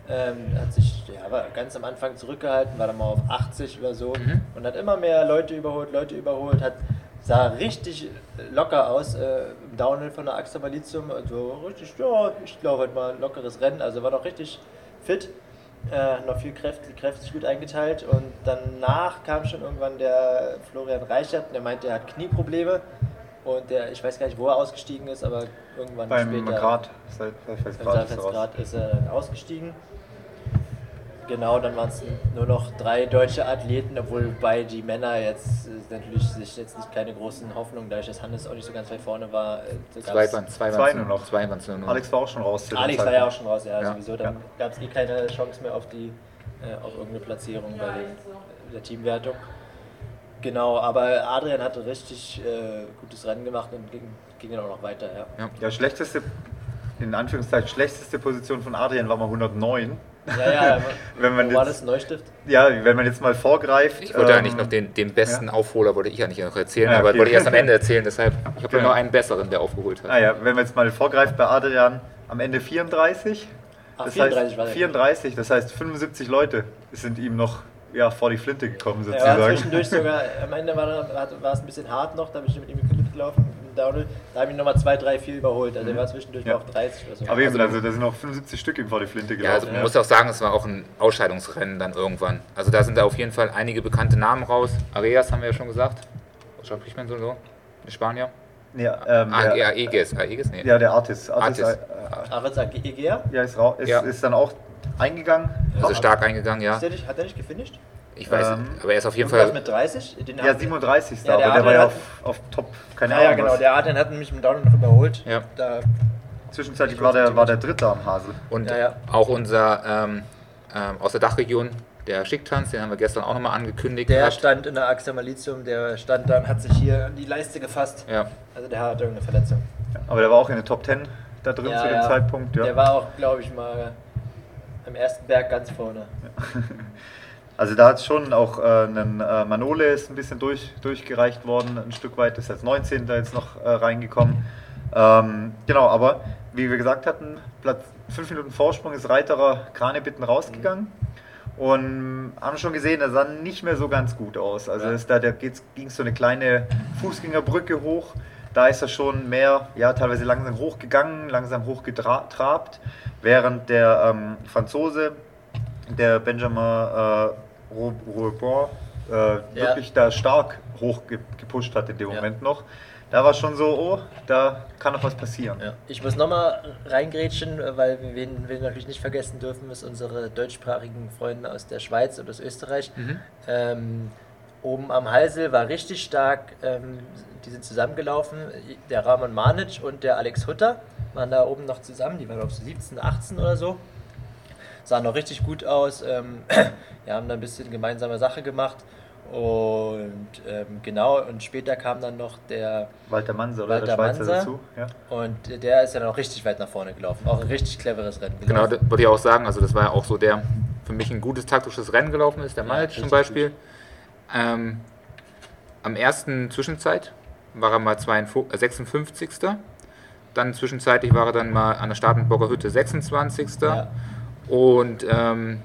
Ähm, hat sich ja, war ganz am Anfang zurückgehalten, war dann mal auf achtzig oder so Mhm. und hat immer mehr Leute überholt, Leute überholt, hat sah richtig locker aus äh, im Downhill von der Axter Malizium, also richtig, ja, ich glaube heute mal ein lockeres Rennen, also war noch richtig fit, äh, noch viel kräftig, kräftig gut eingeteilt und danach kam schon irgendwann der Florian Reichert, der meinte, er hat Knieprobleme und der, ich weiß gar nicht, wo er ausgestiegen ist, aber irgendwann Beim später Grad, seit beim Grad ist er raus. Saalfeldsgrad ist er dann ausgestiegen. Genau, dann waren es nur noch drei deutsche Athleten, obwohl bei die Männer jetzt äh, natürlich sich jetzt nicht keine großen Hoffnungen, dadurch dass Hannes auch nicht so ganz weit vorne war. Äh, so Zwei gab's- waren zwei, Zwei waren's nur noch. Zwei waren's nur noch. Alex war auch schon raus. zu dem Alex war Zeitpunkt. ja auch schon raus, ja, Ja. sowieso. Dann Ja. gab es eh keine Chance mehr auf die äh, auf irgendeine Platzierung bei den, der Teamwertung. Genau, aber Adrian hatte richtig äh, gutes Rennen gemacht und ging, ging dann auch noch weiter. Ja. Ja. Ja, schlechteste, in Anführungszeichen, schlechteste Position von Adrian war mal hundertneun. Ja, ja, Wenn man wo war jetzt- das? Neustift? Ja, wenn man jetzt mal vorgreift. Ich wollte ähm, eigentlich noch den, den besten ja. Aufholer, wollte ich ja nicht noch erzählen, Ja, aber okay. wollte ich erst am Ende erzählen, deshalb, ich habe ja Genau. noch einen besseren, der aufgeholt hat. Ah ja, wenn man jetzt mal vorgreift bei Adrian, am Ende vierunddreißig. Ach, Das vierunddreißig heißt, war der. vierunddreißig, das heißt fünfundsiebzig Leute sind ihm noch ja, vor die Flinte gekommen Er war sozusagen. zwischendurch sogar, am Ende war, war, war es ein bisschen hart noch, da bin ich mit ihm mitgelaufen im Downhill. Da habe ich ihn nochmal zwei, drei, vier überholt. Also er war zwischendurch Ja. noch auf dreißig oder so. Aber eben, Also- also da sind noch fünfundsiebzig Stück ihm vor die Flinte Ja, also gelaufen. man muss auch sagen, es war auch ein Ausscheidungsrennen dann irgendwann. Also da sind da auf jeden Fall einige bekannte Namen raus. Areas haben wir ja schon gesagt. Was spricht man so? so? In Spanier? Ja, ähm, Ah, der, ja, Eges. Ah, Eges? Nee. ja, der Artist. Artist, Artist. Äh, Ach, was sagt Egea? ja, ist, rau- ist, Ja. ist dann auch eingegangen. Also stark eingegangen, ja. Ist der nicht, hat der nicht gefinisht? Ich weiß, Ähm, aber er ist auf jeden Irgendwas Fall. mit dreißig? Den Ja, hat- siebenunddreißig. Ja, der aber der war ja Adrian auf, auf Top, keine Ja, ja, Ahnung genau. was. Der Adrian hat mich im Downhill noch überholt. Ja. Da, Zwischenzeitlich war der, war der Dritte am Hasel. Und Ja, ja. auch unser ähm, ähm, aus der Dachregion, der Schicktanz, den haben wir gestern auch nochmal angekündigt. der gehabt. stand in der Axter Malizium, der stand da und hat sich hier an die Leiste gefasst. Ja. Also der hat irgendeine Verletzung. Aber der war auch in den Top zehn da drin Ja, zu dem ja. Zeitpunkt. Ja. Der war auch, glaube ich, mal am ersten Berg ganz vorne. Also da hat es schon auch äh, einen äh, Manole ist ein bisschen durch, durchgereicht worden, ein Stück weit, ist als neunzehnter jetzt noch äh, reingekommen. Ähm, genau, aber wie wir gesagt hatten, Platz fünf Minuten Vorsprung ist Reiterer Kranebitten rausgegangen und haben schon gesehen, er sah nicht mehr so ganz gut aus. Also Ja. ist da, da ging so eine kleine Fußgängerbrücke hoch. Da ist er schon mehr, ja, teilweise langsam hochgegangen, langsam hochgetrabt, während der ähm, Franzose, der Benjamin äh, Roubon, äh, Ja. wirklich da stark hoch ge- gepusht hat in dem Ja. Moment noch. Da war schon so, oh, da kann noch was passieren. Ja. Ich muss nochmal reingrätschen, weil wir wen wir natürlich nicht vergessen dürfen, ist unsere deutschsprachigen Freunde aus der Schweiz und aus Österreich. Mhm. Ähm, oben am Halsel war richtig stark, ähm, die sind zusammengelaufen. Der Ramon Manic und der Alex Hutter waren da oben noch zusammen, die waren auf so siebzehn, achtzehn oder so. Sahen noch richtig gut aus. Ähm, wir haben da ein bisschen gemeinsame Sache gemacht. Und ähm, genau, und später kam dann noch der Walter Manser oder Walter der Schweizer Manser. dazu. Ja. Und der ist ja dann auch richtig weit nach vorne gelaufen. Auch ein richtig cleveres Rennen Genau, gelaufen. das wollte ich auch sagen. Also das war ja auch so der für mich ein gutes taktisches Rennen gelaufen ist, der Ja, Malic zum richtig Beispiel. Ähm, am ersten Zwischenzeit war er mal zweiundfünfzig, äh, sechsundfünfzigster Dann zwischenzeitlich war er dann mal an der Startenburger Hütte sechsundzwanzigster Ja. Und ähm,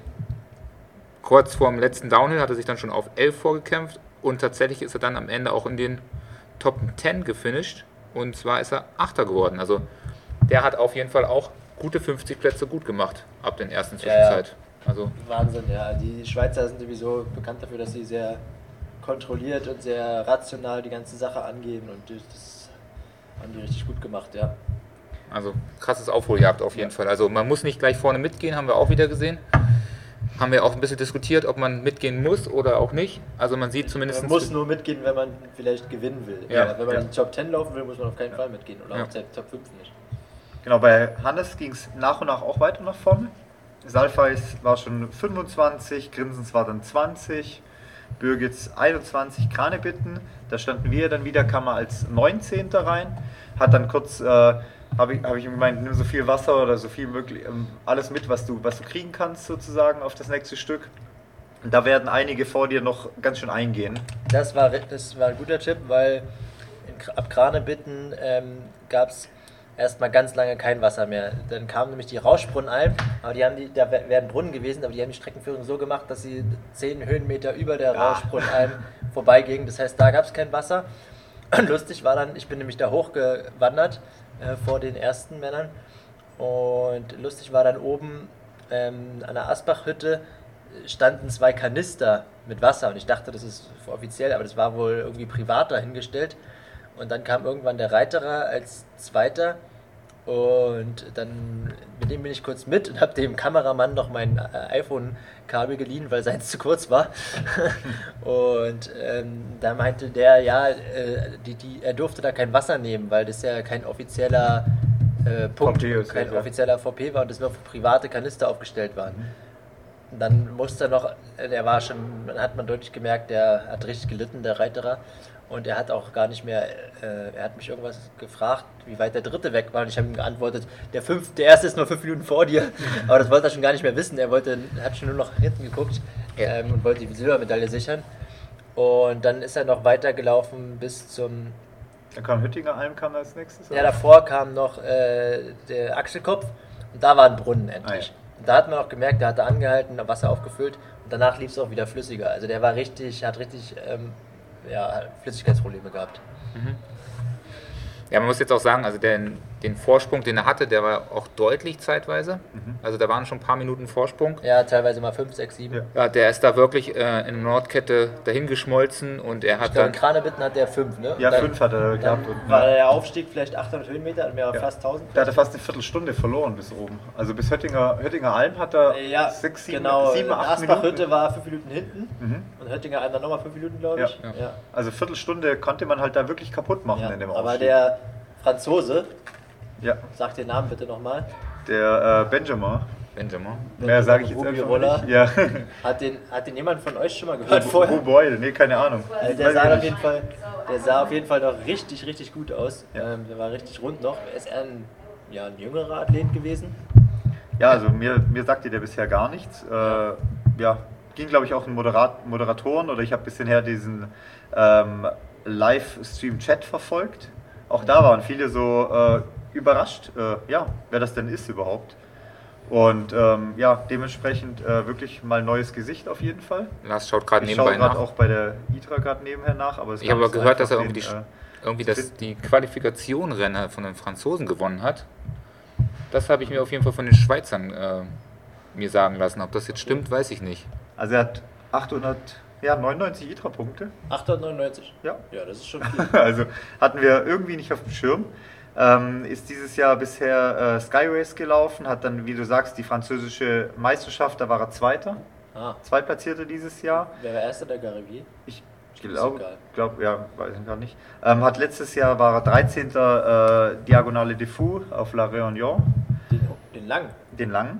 kurz vor dem letzten Downhill hat er sich dann schon auf elf vorgekämpft. Und tatsächlich ist er dann am Ende auch in den Top zehn gefinisht. Und zwar ist er Achter geworden. Also der hat auf jeden Fall auch gute fünfzig Plätze gut gemacht ab den ersten Ja, ja. Zwischenzeit. Also Wahnsinn, ja. Die Schweizer sind sowieso bekannt dafür, dass sie sehr kontrolliert und sehr rational die ganze Sache angehen. Und das haben die richtig gut gemacht, ja. Also krasses Aufholjagd auf jeden Fall. Also man muss nicht gleich vorne mitgehen, haben wir auch wieder gesehen. Haben wir auch ein bisschen diskutiert, ob man mitgehen muss oder auch nicht. Also man sieht zumindest... Man muss nur mitgehen, wenn man vielleicht gewinnen will. Ja, Aber wenn man ja. in die Top zehn laufen will, muss man auf keinen Fall mitgehen. Oder Ja. auch selbst Top fünf nicht. Genau, bei Hannes ging es nach und nach auch weiter nach vorne. Salfeis war schon fünfundzwanzig, Grinsens war dann zwanzig, Birgits einundzwanzig, Kranebitten. Da standen wir dann wieder, kam er als neunzehnter rein, hat dann kurz, äh, habe ich, hab ich ihm gemeint, nimm so viel Wasser oder so viel möglich, ähm, alles mit, was du, was du kriegen kannst sozusagen auf das nächste Stück. Und da werden einige vor dir noch ganz schön eingehen. Das war, das war ein guter Tipp, weil in, ab Kranebitten ähm, gab es erstmal ganz lange kein Wasser mehr. Dann kam nämlich die Rauschbrunnenalm, aber die haben die, da wären Brunnen gewesen, aber die haben die Streckenführung so gemacht, dass sie zehn Höhenmeter über der Ja. Rauschbrunnenalm vorbeigingen. Das heißt, da gab es kein Wasser. Und lustig war dann, ich bin nämlich da hochgewandert äh, vor den ersten Männern. Und lustig war dann oben ähm, an der Asbachhütte standen zwei Kanister mit Wasser. Und ich dachte, das ist offiziell, aber das war wohl irgendwie privat dahingestellt. Und dann kam irgendwann der Reiterer als Zweiter und dann mit dem bin ich kurz mit und habe dem Kameramann noch mein äh, iPhone-Kabel geliehen, weil seins zu kurz war. Und ähm, da meinte der, ja, äh, die, die, er durfte da kein Wasser nehmen, weil das ja kein offizieller äh, Punkt, V P ist, kein ja. offizieller V P war und das nur für private Kanister aufgestellt waren. Und dann musste er noch, der war schon, dann hat man deutlich gemerkt, der hat richtig gelitten, der Reiterer. Und er hat auch gar nicht mehr, äh, er hat mich irgendwas gefragt, wie weit der dritte weg war. Und ich habe ihm geantwortet, der, fünf, der erste ist nur fünf Minuten vor dir. Aber das wollte er schon gar nicht mehr wissen. Er wollte, hat schon nur noch nach hinten geguckt Ja. ähm, und wollte die Silbermedaille sichern. Und dann ist er noch weitergelaufen bis zum, Dann kam Hüttinger Alm, kam als nächstes. ja, davor kam noch äh, der Achselkopf und da war ein Brunnen endlich. Ah, ja. Und da hat man auch gemerkt, der hatte angehalten, Wasser aufgefüllt und danach lief es auch wieder flüssiger. Also der war richtig, hat richtig ähm, ja, Flüssigkeitsprobleme gehabt. Ja, man muss jetzt auch sagen, also den, den Vorsprung, den er hatte, der war auch deutlich zeitweise. Mhm. Also da waren schon ein paar Minuten Vorsprung. Ja, teilweise mal fünf, sechs, sieben. Ja. Ja, der ist da wirklich äh, in der Nordkette dahingeschmolzen und er Ich hat glaube, in dann... Kranebitten hat der fünf, ne? Ja, Und dann- fünf hat er Dann gehabt. Und, war ja. der Aufstieg vielleicht achthundert Höhenmeter, mehr Ja. fast tausend. Der hatte fast eine Viertelstunde verloren bis oben. Also bis Höttinger, Höttinger Alm hat er Ja, sechs, sieben, genau. sieben acht Asbach-Hütte Minuten. war fünf Minuten hinten Mhm. und Höttinger Alm dann nochmal fünf Minuten, glaube Ja. ich. Ja. Ja. Also Viertelstunde konnte man halt da wirklich kaputt machen Ja. in dem Aber Aufstieg. der Franzose, ja, sag den Namen bitte nochmal, der äh, Benjamin. Benjamin. Mehr sage ich jetzt Ruby einfach Roller. nicht. Ja. Hat den, hat den jemand von euch schon mal gehört vorher? Oh boy, nee, keine Ahnung. Also der Weiß sah ich auf nicht. jeden Fall, der sah auf jeden Fall noch richtig, richtig gut aus. Ja. Ähm, der war richtig rund noch. Er ist eher ein, ja, ein jüngerer Athlet gewesen. Ja, also mir, mir sagte der bisher gar nichts. Äh, ja, ging glaube ich auch in Moderat Moderatoren oder ich habe ein bisschen her diesen ähm, Livestream-Chat verfolgt. Auch da waren viele so äh, überrascht, äh, ja, wer das denn ist überhaupt. Und ähm, ja, dementsprechend äh, wirklich mal neues Gesicht auf jeden Fall. Lars schaut gerade Ich schaue nebenbei gerade nach. auch bei der I T R A gerade nebenher nach. Aber es Ich war habe aber nicht so gehört, dass er einfach, irgendwie, den, die, irgendwie das, die Qualifikation-Rennen von den Franzosen gewonnen hat. Das habe ich mir auf jeden Fall von den Schweizern äh, mir sagen lassen. Ob das jetzt stimmt, weiß ich nicht. äh, also er hat achthundertneunundneunzig I T R A-Punkte. achthundertneunundneunzig. Ja. Ja, das ist schon viel. Also hatten wir irgendwie nicht auf dem Schirm. Ähm, ist dieses Jahr bisher äh, Sky Race gelaufen, hat dann, wie du sagst, die französische Meisterschaft, da war er Zweiter. Ah, Zweitplatzierte dieses Jahr. wer war erster, der Garivier? Ich Ist glaube, egal. glaub, ja, weiß ich gar nicht. Ähm, hat letztes Jahr war er dreizehnter Äh, Diagonale de Fou auf La Réunion, Den, den langen. den langen.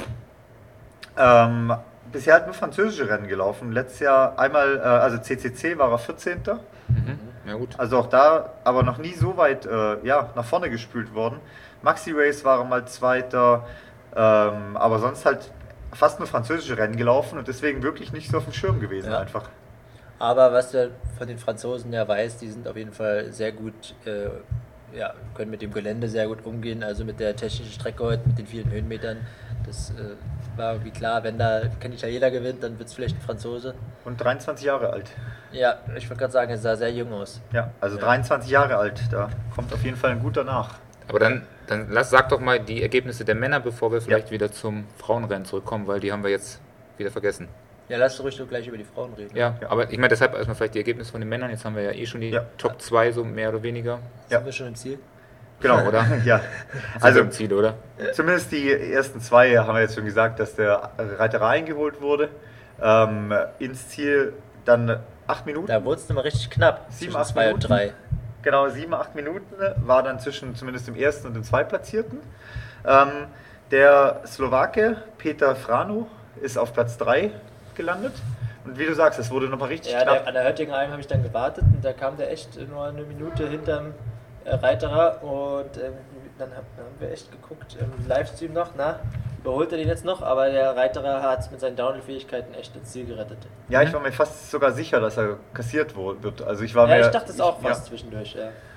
Ähm, bisher hat nur französische Rennen gelaufen. Letztes Jahr einmal, äh, also C C C war er vierzehnter Mhm. Ja gut. Also auch da, aber noch nie so weit äh, ja, nach vorne gespült worden. Maxi Race war er mal Zweiter, ähm, aber sonst halt fast nur französische Rennen gelaufen und deswegen wirklich nicht so auf dem Schirm gewesen Ja. einfach. Aber was du von den Franzosen ja weißt, die sind auf jeden Fall sehr gut, äh, ja, können mit dem Gelände sehr gut umgehen, also mit der technischen Strecke heute, mit den vielen Höhenmetern. Das äh, war irgendwie klar, wenn da kein Italiener gewinnt, dann wird es vielleicht ein Franzose. Und dreiundzwanzig Jahre alt. Ja, ich würde gerade sagen, er sah sehr jung aus. Ja, also Ja. dreiundzwanzig Jahre alt, da kommt auf jeden Fall ein guter nach. Aber dann, dann lass, sag doch mal die Ergebnisse der Männer, bevor wir vielleicht wieder zum Frauenrennen zurückkommen, weil die haben wir jetzt wieder vergessen. Ja, lass ruhig so gleich über die Frauen reden. Ja, Ja. aber ich meine deshalb erstmal vielleicht die Ergebnisse von den Männern. Jetzt haben wir ja eh schon die Ja. Top zwei so mehr oder weniger. Sind Ja. wir schon im Ziel? Genau, Oder? Ja. Also Also im Ziel, oder? zumindest die ersten zwei haben wir jetzt schon gesagt, dass der Reiterei eingeholt wurde. Ähm, ins Ziel dann acht Minuten. Da wurde es immer richtig knapp. Sieben, zwischen acht zwei und Minuten. drei. Genau, sieben, acht Minuten war dann zwischen zumindest dem ersten und dem zweitplatzierten. Ähm, der Slowake Peter Frano ist auf Platz drei gelandet. Und wie du sagst, es wurde nochmal richtig Ja, knapp. der, an der Höttingenheim habe ich dann gewartet und da kam der echt nur eine Minute hinterm äh, Reiterer und ähm, dann hab, haben wir echt geguckt im Livestream noch, na, überholt er den jetzt noch, aber der Reiterer hat es mit seinen Downhill-Fähigkeiten echt ins Ziel gerettet. Ja, ich war mir fast sogar sicher, dass er kassiert wo- wird. Also ich war Ja, mir, ich dachte es auch ja. fast zwischendurch, ja.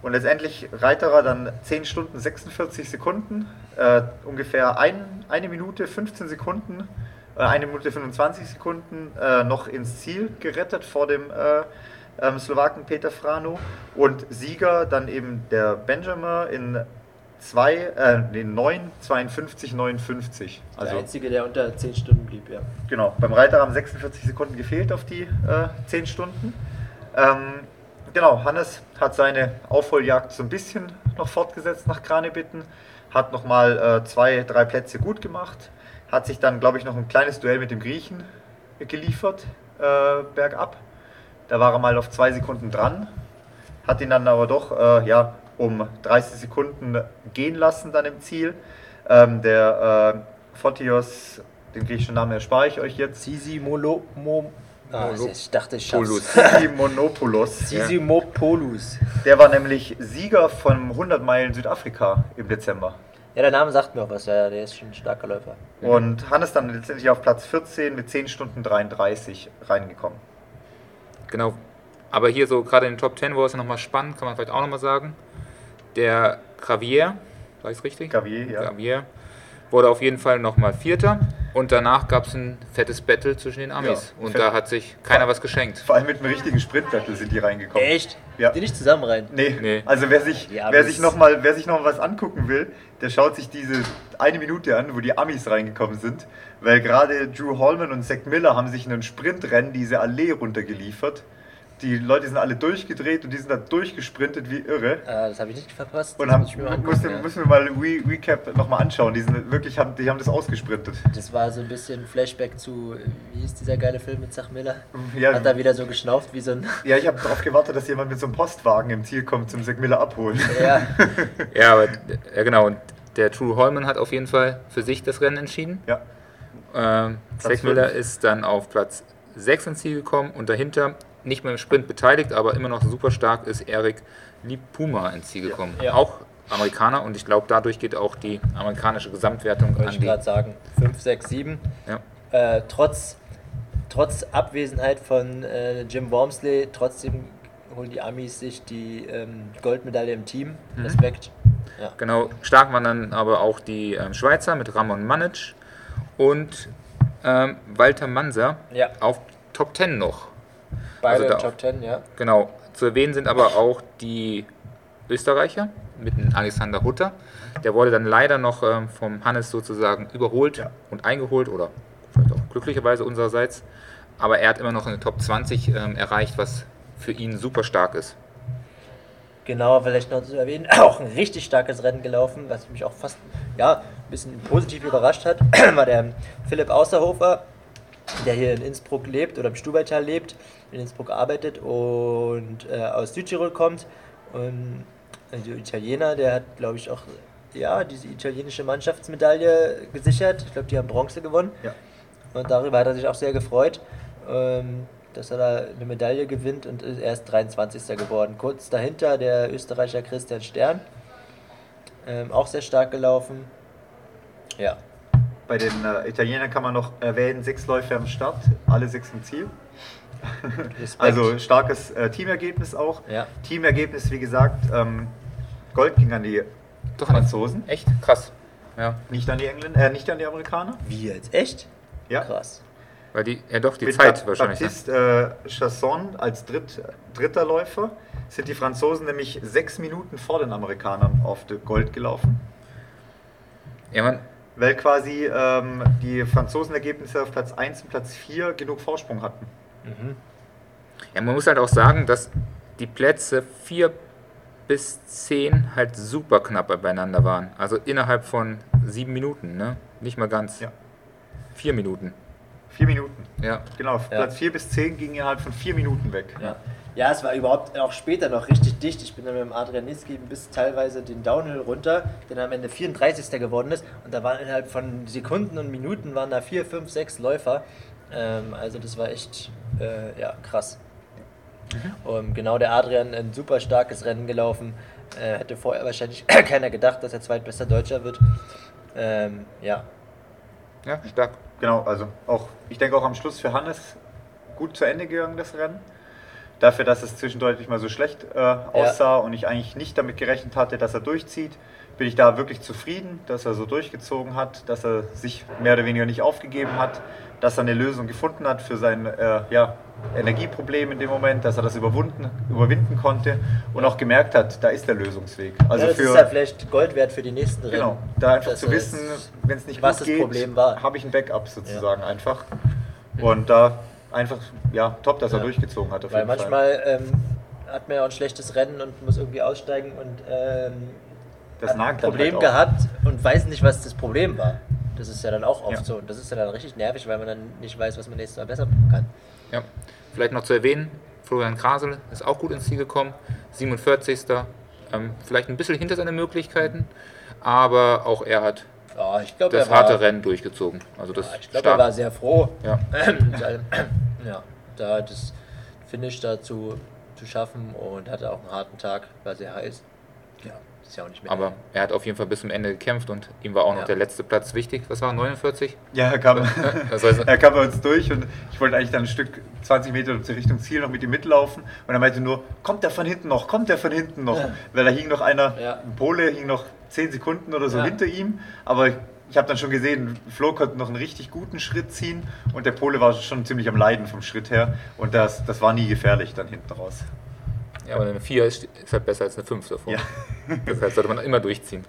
Und letztendlich Reiterer dann zehn Stunden sechsundvierzig Sekunden, äh, ungefähr ein, eine Minute fünfzehn Sekunden, äh, eine Minute fünfundzwanzig Sekunden äh, noch ins Ziel gerettet vor dem äh, ähm, Slowaken Peter Frano. Und Sieger dann eben der Benjamin in zwei, äh, den neun zweiundfünfzig neunundfünfzig. Also der Einzige, der unter zehn Stunden blieb, ja. Genau, beim Reiter haben sechsundvierzig Sekunden gefehlt auf die äh, zehn Stunden. Ähm, genau, Hannes hat seine Aufholjagd so ein bisschen noch fortgesetzt nach Kranebitten, hat nochmal äh, zwei, drei Plätze gut gemacht, hat sich dann, glaube ich, noch ein kleines Duell mit dem Griechen geliefert, äh, bergab. Da war er mal auf zwei Sekunden dran, hat ihn dann aber doch, äh, ja, um dreißig Sekunden gehen lassen dann im Ziel. Ähm, der äh, Fotios, den griechischen Namen erspare ich euch jetzt. Sisimolo, Mo, ah, Molo- ich dachte, ich schaff's. Simonopoulos. Sisimopoulos. Der war nämlich Sieger von hundert Meilen Südafrika im Dezember. Ja, der Name sagt mir auch was, ja, der ist schon ein starker Läufer. Und Hannes dann letztendlich auf Platz vierzehn mit zehn Stunden dreiunddreißig reingekommen. Genau. Aber hier so gerade in den Top zehn, wo es nochmal spannend, kann man vielleicht auch nochmal sagen. Der Gravier, sag ich es richtig? Gravier, ja. Gravier wurde auf jeden Fall nochmal Vierter und danach gab es ein fettes Battle zwischen den Amis. Ja, und fett. da hat sich keiner was geschenkt. Vor allem mit einem richtigen Sprintbattle sind die reingekommen. Echt? Ja. Die nicht zusammen rein? Nee. Nee. Also wer sich, Ja, wer das- sich nochmal wer sich noch mal was angucken will, der schaut sich diese eine Minute an, wo die Amis reingekommen sind. Weil gerade Drew Holman und Zach Miller haben sich in einem Sprintrennen diese Allee runtergeliefert. Die Leute sind alle durchgedreht und die sind da durchgesprintet wie irre. Ah, das habe ich nicht verpasst. Und Das haben, muss ich mir mal angucken, müssen, ja. müssen wir mal Re Recap nochmal anschauen. Die, sind wirklich, haben, die haben das ausgesprintet. Das war so ein bisschen Flashback zu, wie hieß dieser geile Film mit Zach Miller? Ja, Hat da wieder so geschnauft wie so ein... ja ich habe darauf gewartet, dass jemand mit so einem Postwagen im Ziel kommt zum Zach Miller abholen. Ja, Ja, aber ja, genau. Und der Drew Holman hat auf jeden Fall für sich das Rennen entschieden. Ja. Ähm, Platz Zach Miller fünf. ist dann auf Platz sechs ins Ziel gekommen und dahinter nicht mehr im Sprint beteiligt, aber immer noch super stark ist Eric Lipuma ins Ziel gekommen. Ja. Auch Amerikaner und ich glaube, dadurch geht auch die amerikanische Gesamtwertung wollte an ich die. gerade sagen. fünf, sechs, sieben. Ja. Äh, trotz, trotz Abwesenheit von äh, Jim Wormsley, trotzdem holen die Amis sich die ähm, Goldmedaille im Team. Mhm. Respekt. Ja. Genau, stark waren dann aber auch die ähm, Schweizer mit Ramon Manic und ähm, Walter Manser Ja. auf Top zehn noch. Beide Also da- Top Ten, ja. Genau, zu erwähnen sind aber auch die Österreicher mit dem Alexander Hutter. Der wurde dann leider noch ähm, vom Hannes sozusagen überholt Ja. und eingeholt oder vielleicht auch glücklicherweise unsererseits. Aber er hat immer noch eine Top zwanzig ähm, erreicht, was für ihn super stark ist. Genau, vielleicht noch zu erwähnen, auch ein richtig starkes Rennen gelaufen, was mich auch fast ja, ein bisschen positiv überrascht hat, war der Philipp Außerhofer, der hier in Innsbruck lebt oder im Stubaital lebt, in Innsbruck arbeitet und äh, aus Südtirol kommt. Und also Italiener, der hat, glaube ich, auch ja, diese italienische Mannschaftsmedaille gesichert. Ich glaube, die haben Bronze gewonnen. Ja. Und darüber hat er sich auch sehr gefreut, ähm, dass er da eine Medaille gewinnt und ist erst dreiundzwanzigster geworden. Kurz dahinter der Österreicher Christian Stern, ähm, auch sehr stark gelaufen. Ja, Bei den äh, Italienern kann man noch erwähnen, sechs Läufe am Start, alle sechs im Ziel. Respekt. Also starkes äh, Teamergebnis auch. Ja. Teamergebnis, wie gesagt, ähm, Gold ging an die Doch an die- Franzosen, Echt krass. Ja, nicht an die Engländer, äh, nicht an die Amerikaner. Wie jetzt? Echt? Ja. Krass. weil die, ja doch, die Mit Zeit Bap- wahrscheinlich. Ne? Baptiste äh, Chasson als Dritt, dritter Läufer sind die Franzosen nämlich sechs Minuten vor den Amerikanern auf de Gold gelaufen, Ja, man, weil quasi ähm, die Franzosenergebnisse auf Platz eins und Platz vier genug Vorsprung hatten. Mhm. ja, man muss halt auch sagen, dass die Plätze vier bis zehn halt super knapp beieinander waren. Also innerhalb von sieben Minuten, ne? Nicht mal ganz. Ja. Vier Minuten. Vier Minuten. Ja. Genau, Ja. Platz vier bis zehn ging innerhalb von vier Minuten weg. Ja. Ja, es war überhaupt auch später noch richtig dicht. Ich bin dann mit dem Adrian Nitzki bis teilweise den Downhill runter, der dann am Ende vierunddreißigster geworden ist. Und da waren innerhalb von Sekunden und Minuten waren da vier, fünf, sechs Läufer. Ähm, also das war echt äh, ja, krass. Und genau, der Adrian ein super starkes Rennen gelaufen. Äh, hätte vorher wahrscheinlich keiner gedacht, dass er zweitbester Deutscher wird. Ähm, ja, Ja, stark. Genau, also auch, ich denke auch am Schluss für Hannes gut zu Ende gegangen, das Rennen. dafür, dass es zwischendeutlich mal so schlecht äh, aussah und ich eigentlich nicht damit gerechnet hatte, dass er durchzieht, bin ich da wirklich zufrieden, dass er so durchgezogen hat, dass er sich mehr oder weniger nicht aufgegeben hat, dass er eine Lösung gefunden hat für sein äh, ja, Energieproblem in dem Moment, dass er das überwunden, überwinden konnte und auch gemerkt hat, da ist der Lösungsweg. Also ja, das für, ist ja vielleicht Gold wert für die nächsten Rennen. Genau, da einfach dass zu er wissen, wenn es nicht was gut das geht, Problem war. habe ich ein Backup sozusagen einfach. Und da einfach, ja, top, dass er Ja. durchgezogen hat auf Weil jeden Fall. manchmal ähm, hat man ja auch ein schlechtes Rennen und muss irgendwie aussteigen und ähm, Das hat ein nagt dann Problem halt auch. gehabt und weiß nicht, was das Problem war. Das ist ja dann auch oft Ja. so. Und das ist ja dann richtig nervig, weil man dann nicht weiß, was man nächstes Mal besser machen kann. Ja, vielleicht noch zu erwähnen, Florian Krasel ist auch gut ins Ziel gekommen, siebenundvierzigster Ähm, vielleicht ein bisschen hinter seine Möglichkeiten, aber auch er hat Ja, ich glaube, das er war, harte Rennen durchgezogen. Also das ja, ich glaube, er war sehr froh, Ja. ja, da das Finish dazu zu schaffen und hatte auch einen harten Tag, war sehr heiß. Ja, das ist ja auch nicht mehr. Aber er hat auf jeden Fall bis zum Ende gekämpft und ihm war auch noch Ja. der letzte Platz wichtig. Was war neunundvierzig? Ja, er kam, Das heißt, er kam bei uns durch und ich wollte eigentlich dann ein Stück zwanzig Meter zur Richtung Ziel noch mit ihm mitlaufen und er meinte nur, kommt der von hinten noch, kommt der von hinten noch, Ja. weil da hing noch einer, Ja. ein Pole hing noch zehn Sekunden oder so Ja. hinter ihm, aber ich habe dann schon gesehen, Flo konnte noch einen richtig guten Schritt ziehen und der Pole war schon ziemlich am Leiden vom Schritt her und das, das war nie gefährlich dann hinten raus. ja, aber eine vier ist, ist halt besser als eine fünf davor. Ja. Das heißt, sollte man immer durchziehen.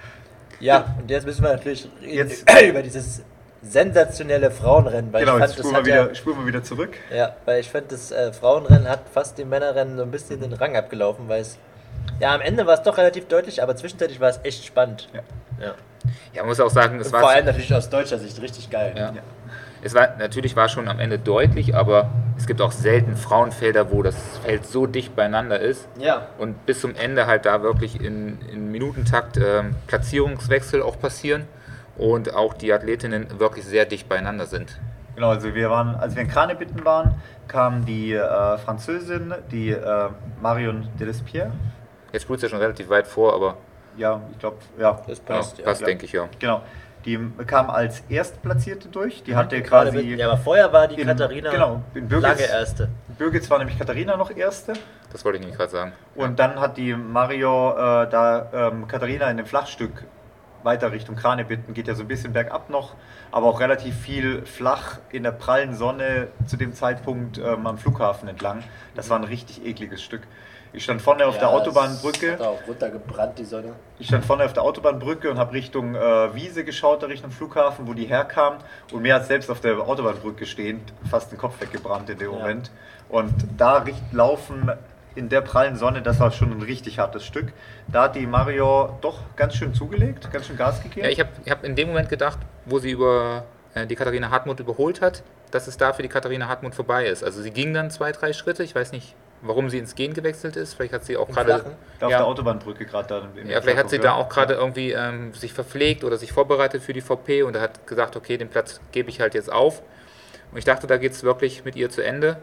Ja, und jetzt müssen wir natürlich reden Jetzt- über dieses sensationelle Frauenrennen, weil Genau, ich jetzt fand, das spulen wir, hat ja, wieder, spulen wir wieder zurück. ja, weil ich fand, das äh, Frauenrennen hat fast dem Männerrennen so ein bisschen den Rang abgelaufen, weil es, ja, am Ende war es doch relativ deutlich, aber zwischenzeitlich war es echt spannend. Ja. Ja. Ja, man muss auch sagen, es Und war, vor allem natürlich aus deutscher Sicht richtig geil. ja. Es war natürlich war schon am Ende deutlich, aber es gibt auch selten Frauenfelder, wo das Feld so dicht beieinander ist Ja. und bis zum Ende halt da wirklich in, in Minutentakt ähm, Platzierungswechsel auch passieren und auch die Athletinnen wirklich sehr dicht beieinander sind. Genau, also wir waren, als wir in Kranebitten waren, kam die äh, Französin, die äh, Marion Delespierre. Jetzt spult es ja schon relativ weit vor, aber Ja, ich glaube, ja. Das ja, passt, ja. passt, ja. denke ich, ja. Genau. Die kam als Erstplatzierte durch. Die hatte Gerade quasi. mit, ja, aber vorher war die in- Katharina genau, in Birgitz- lange Erste. In Birgitz war nämlich Katharina noch Erste. Das wollte ich nämlich gerade sagen. Und dann hat die Mario äh, da ähm, Katharina in dem Flachstück weiter Richtung Kranebitten, geht ja so ein bisschen bergab noch, aber auch relativ viel flach in der prallen Sonne zu dem Zeitpunkt ähm, am Flughafen entlang. Das war ein richtig ekliges Stück. Ich stand vorne auf der Autobahnbrücke. Hat auch runtergebrannt, die Sonne. Ich stand vorne auf der Autobahnbrücke und habe Richtung äh, Wiese geschaut, da Richtung Flughafen, wo die herkam. Und mir hat selbst auf der Autobahnbrücke stehend fast den Kopf weggebrannt in dem Ja. Moment. Und da richt laufen in der prallen Sonne, das war schon ein richtig hartes Stück. Da hat die Mario doch ganz schön zugelegt, ganz schön Gas gegeben. Ja, ich habe ich hab in dem Moment gedacht, wo sie über äh, die Katharina Hartmut überholt hat, dass es da für die Katharina Hartmut vorbei ist. Also sie ging dann zwei, drei Schritte. Ich weiß nicht, warum sie ins Gehen gewechselt ist. Vielleicht hat sie auch Im gerade... Flachen? da auf ja. der Autobahnbrücke gerade da. im Ja, vielleicht hat sie da Hinterkopf, auch gerade irgendwie ähm, sich verpflegt oder sich vorbereitet für die V P und er hat gesagt, okay, den Platz gebe ich halt jetzt auf. Und ich dachte, da geht es wirklich mit ihr zu Ende,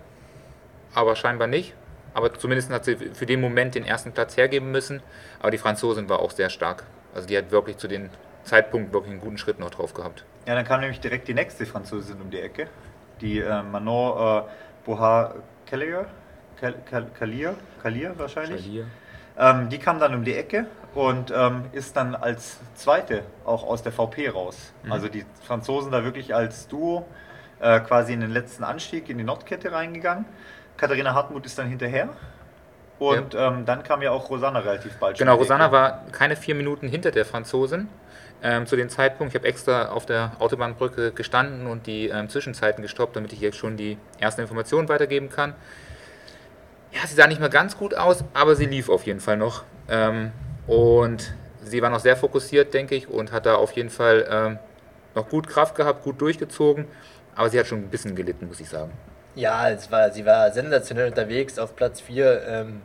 aber scheinbar nicht. Aber zumindest hat sie für den Moment den ersten Platz hergeben müssen. Aber die Franzosin war auch sehr stark. Also die hat wirklich zu dem Zeitpunkt wirklich einen guten Schritt noch drauf gehabt. Ja, dann kam nämlich direkt die nächste Französin um die Ecke. Die äh, Manon äh, Bohar-Callier. Callier, Callier wahrscheinlich. Hier. Ähm, die kam dann um die Ecke und ähm, ist dann als Zweite auch aus der V P raus. Mhm. Also die Franzosen da wirklich als Duo äh, quasi in den letzten Anstieg in die Nordkette reingegangen. Katharina Hartmut ist dann hinterher und ähm, dann kam ja auch Rosanna relativ bald. schon Genau, um die Rosanna Ecke. war keine vier Minuten hinter der Franzosin ähm, zu dem Zeitpunkt. Ich habe extra auf der Autobahnbrücke gestanden und die ähm, Zwischenzeiten gestoppt, damit ich jetzt schon die ersten Informationen weitergeben kann. Ja, sie sah nicht mehr ganz gut aus, aber sie lief auf jeden Fall noch. Ähm, und sie war noch sehr fokussiert, denke ich, und hat da auf jeden Fall ähm, noch gut Kraft gehabt, gut durchgezogen. Aber sie hat schon ein bisschen gelitten, muss ich sagen. Ja, es war, sie war sensationell unterwegs auf Platz vier. Ähm,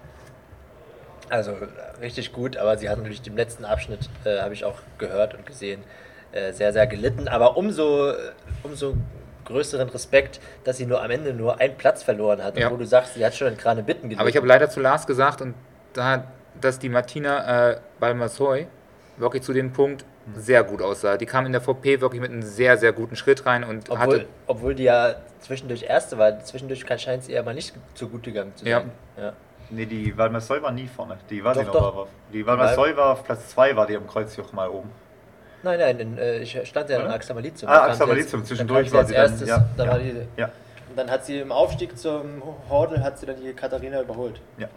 also äh, richtig gut, aber sie hat natürlich den letzten Abschnitt, äh, habe ich auch gehört und gesehen, äh, sehr, sehr gelitten. Aber umso, äh, umso größeren Respekt, dass sie nur am Ende nur einen Platz verloren hat. Ja. Und wo du sagst, sie hat schon in Kranebitten gelitten. Aber ich habe leider zu Lars gesagt, und da, dass die Martina äh, Balmasoy wirklich zu dem Punkt sehr gut aussah. Die kam in der V P wirklich mit einem sehr, sehr guten Schritt rein und Obwohl, hatte... obwohl die ja zwischendurch Erste war. Zwischendurch scheint es eher mal nicht so gut gegangen zu Ja. sein. Ja. Nee, die Valmersoy war nie vorne. Die war Doch, sie noch doch. war. Die Valmersoy war auf Platz zwei, war die am Kreuzjoch mal oben. Nein, nein, in, äh, ich stand ja in Oder? Axamalizum. Ah, Da kam sie Axamalizum, als- zwischendurch da kam sie war als sie dann- erstes. ja, da ja. war die, Ja, und dann hat sie im Aufstieg zum Hordel hat sie dann die Katharina überholt. ja.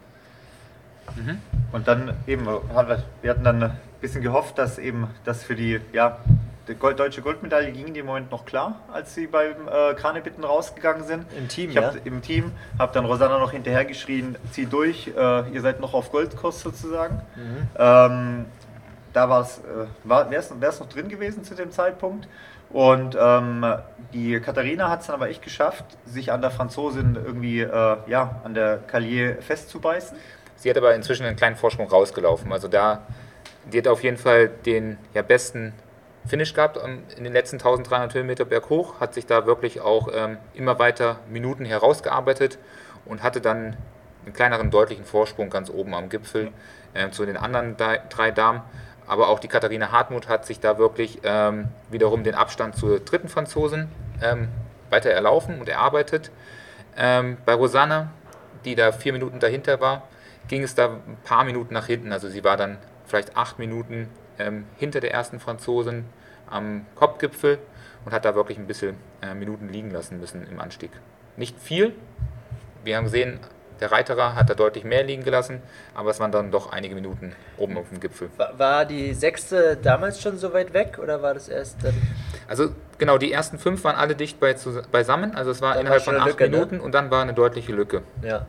Mhm. Und dann eben, haben wir, wir hatten dann ein bisschen gehofft, dass eben das für die, ja, die Gold, deutsche Goldmedaille ging in dem Moment noch klar, als sie beim äh, Kranebitten rausgegangen sind. Im Team, ich hab, ja? Im Team, habe dann Rosanna noch hinterher geschrien, zieh durch, äh, ihr seid noch auf Goldkurs sozusagen. Mhm. Ähm, da war's, äh, war es noch drin gewesen zu dem Zeitpunkt. Und ähm, die Katharina hat es dann aber echt geschafft, sich an der Franzosin irgendwie, äh, ja, an der Callier festzubeißen. Sie hat aber inzwischen einen kleinen Vorsprung rausgelaufen. Also da, die hat auf jeden Fall den ja, besten Finish gehabt um, in den letzten eintausenddreihundert Höhenmeter berghoch, hat sich da wirklich auch ähm, immer weiter Minuten herausgearbeitet und hatte dann einen kleineren, deutlichen Vorsprung ganz oben am Gipfel äh, zu den anderen drei, drei Damen. Aber auch die Katharina Hartmut hat sich da wirklich ähm, wiederum den Abstand zur dritten Franzosin ähm, weiter erlaufen und erarbeitet. Ähm, bei Rosanna, die da vier Minuten dahinter war, ging es da ein paar Minuten nach hinten. Also sie war dann vielleicht acht Minuten ähm, hinter der ersten Franzosin am Kopfgipfel und hat da wirklich ein bisschen äh, Minuten liegen lassen müssen im Anstieg. Nicht viel. Wir haben gesehen, der Reiterer hat da deutlich mehr liegen gelassen, aber es waren dann doch einige Minuten oben auf dem Gipfel. War, war die sechste damals schon so weit weg oder war das erst dann? Also genau, die ersten fünf waren alle dicht bei, zu, beisammen, also es war Dann innerhalb war schon von eine acht Lücke, ne? Minuten und dann war eine deutliche Lücke. Ja.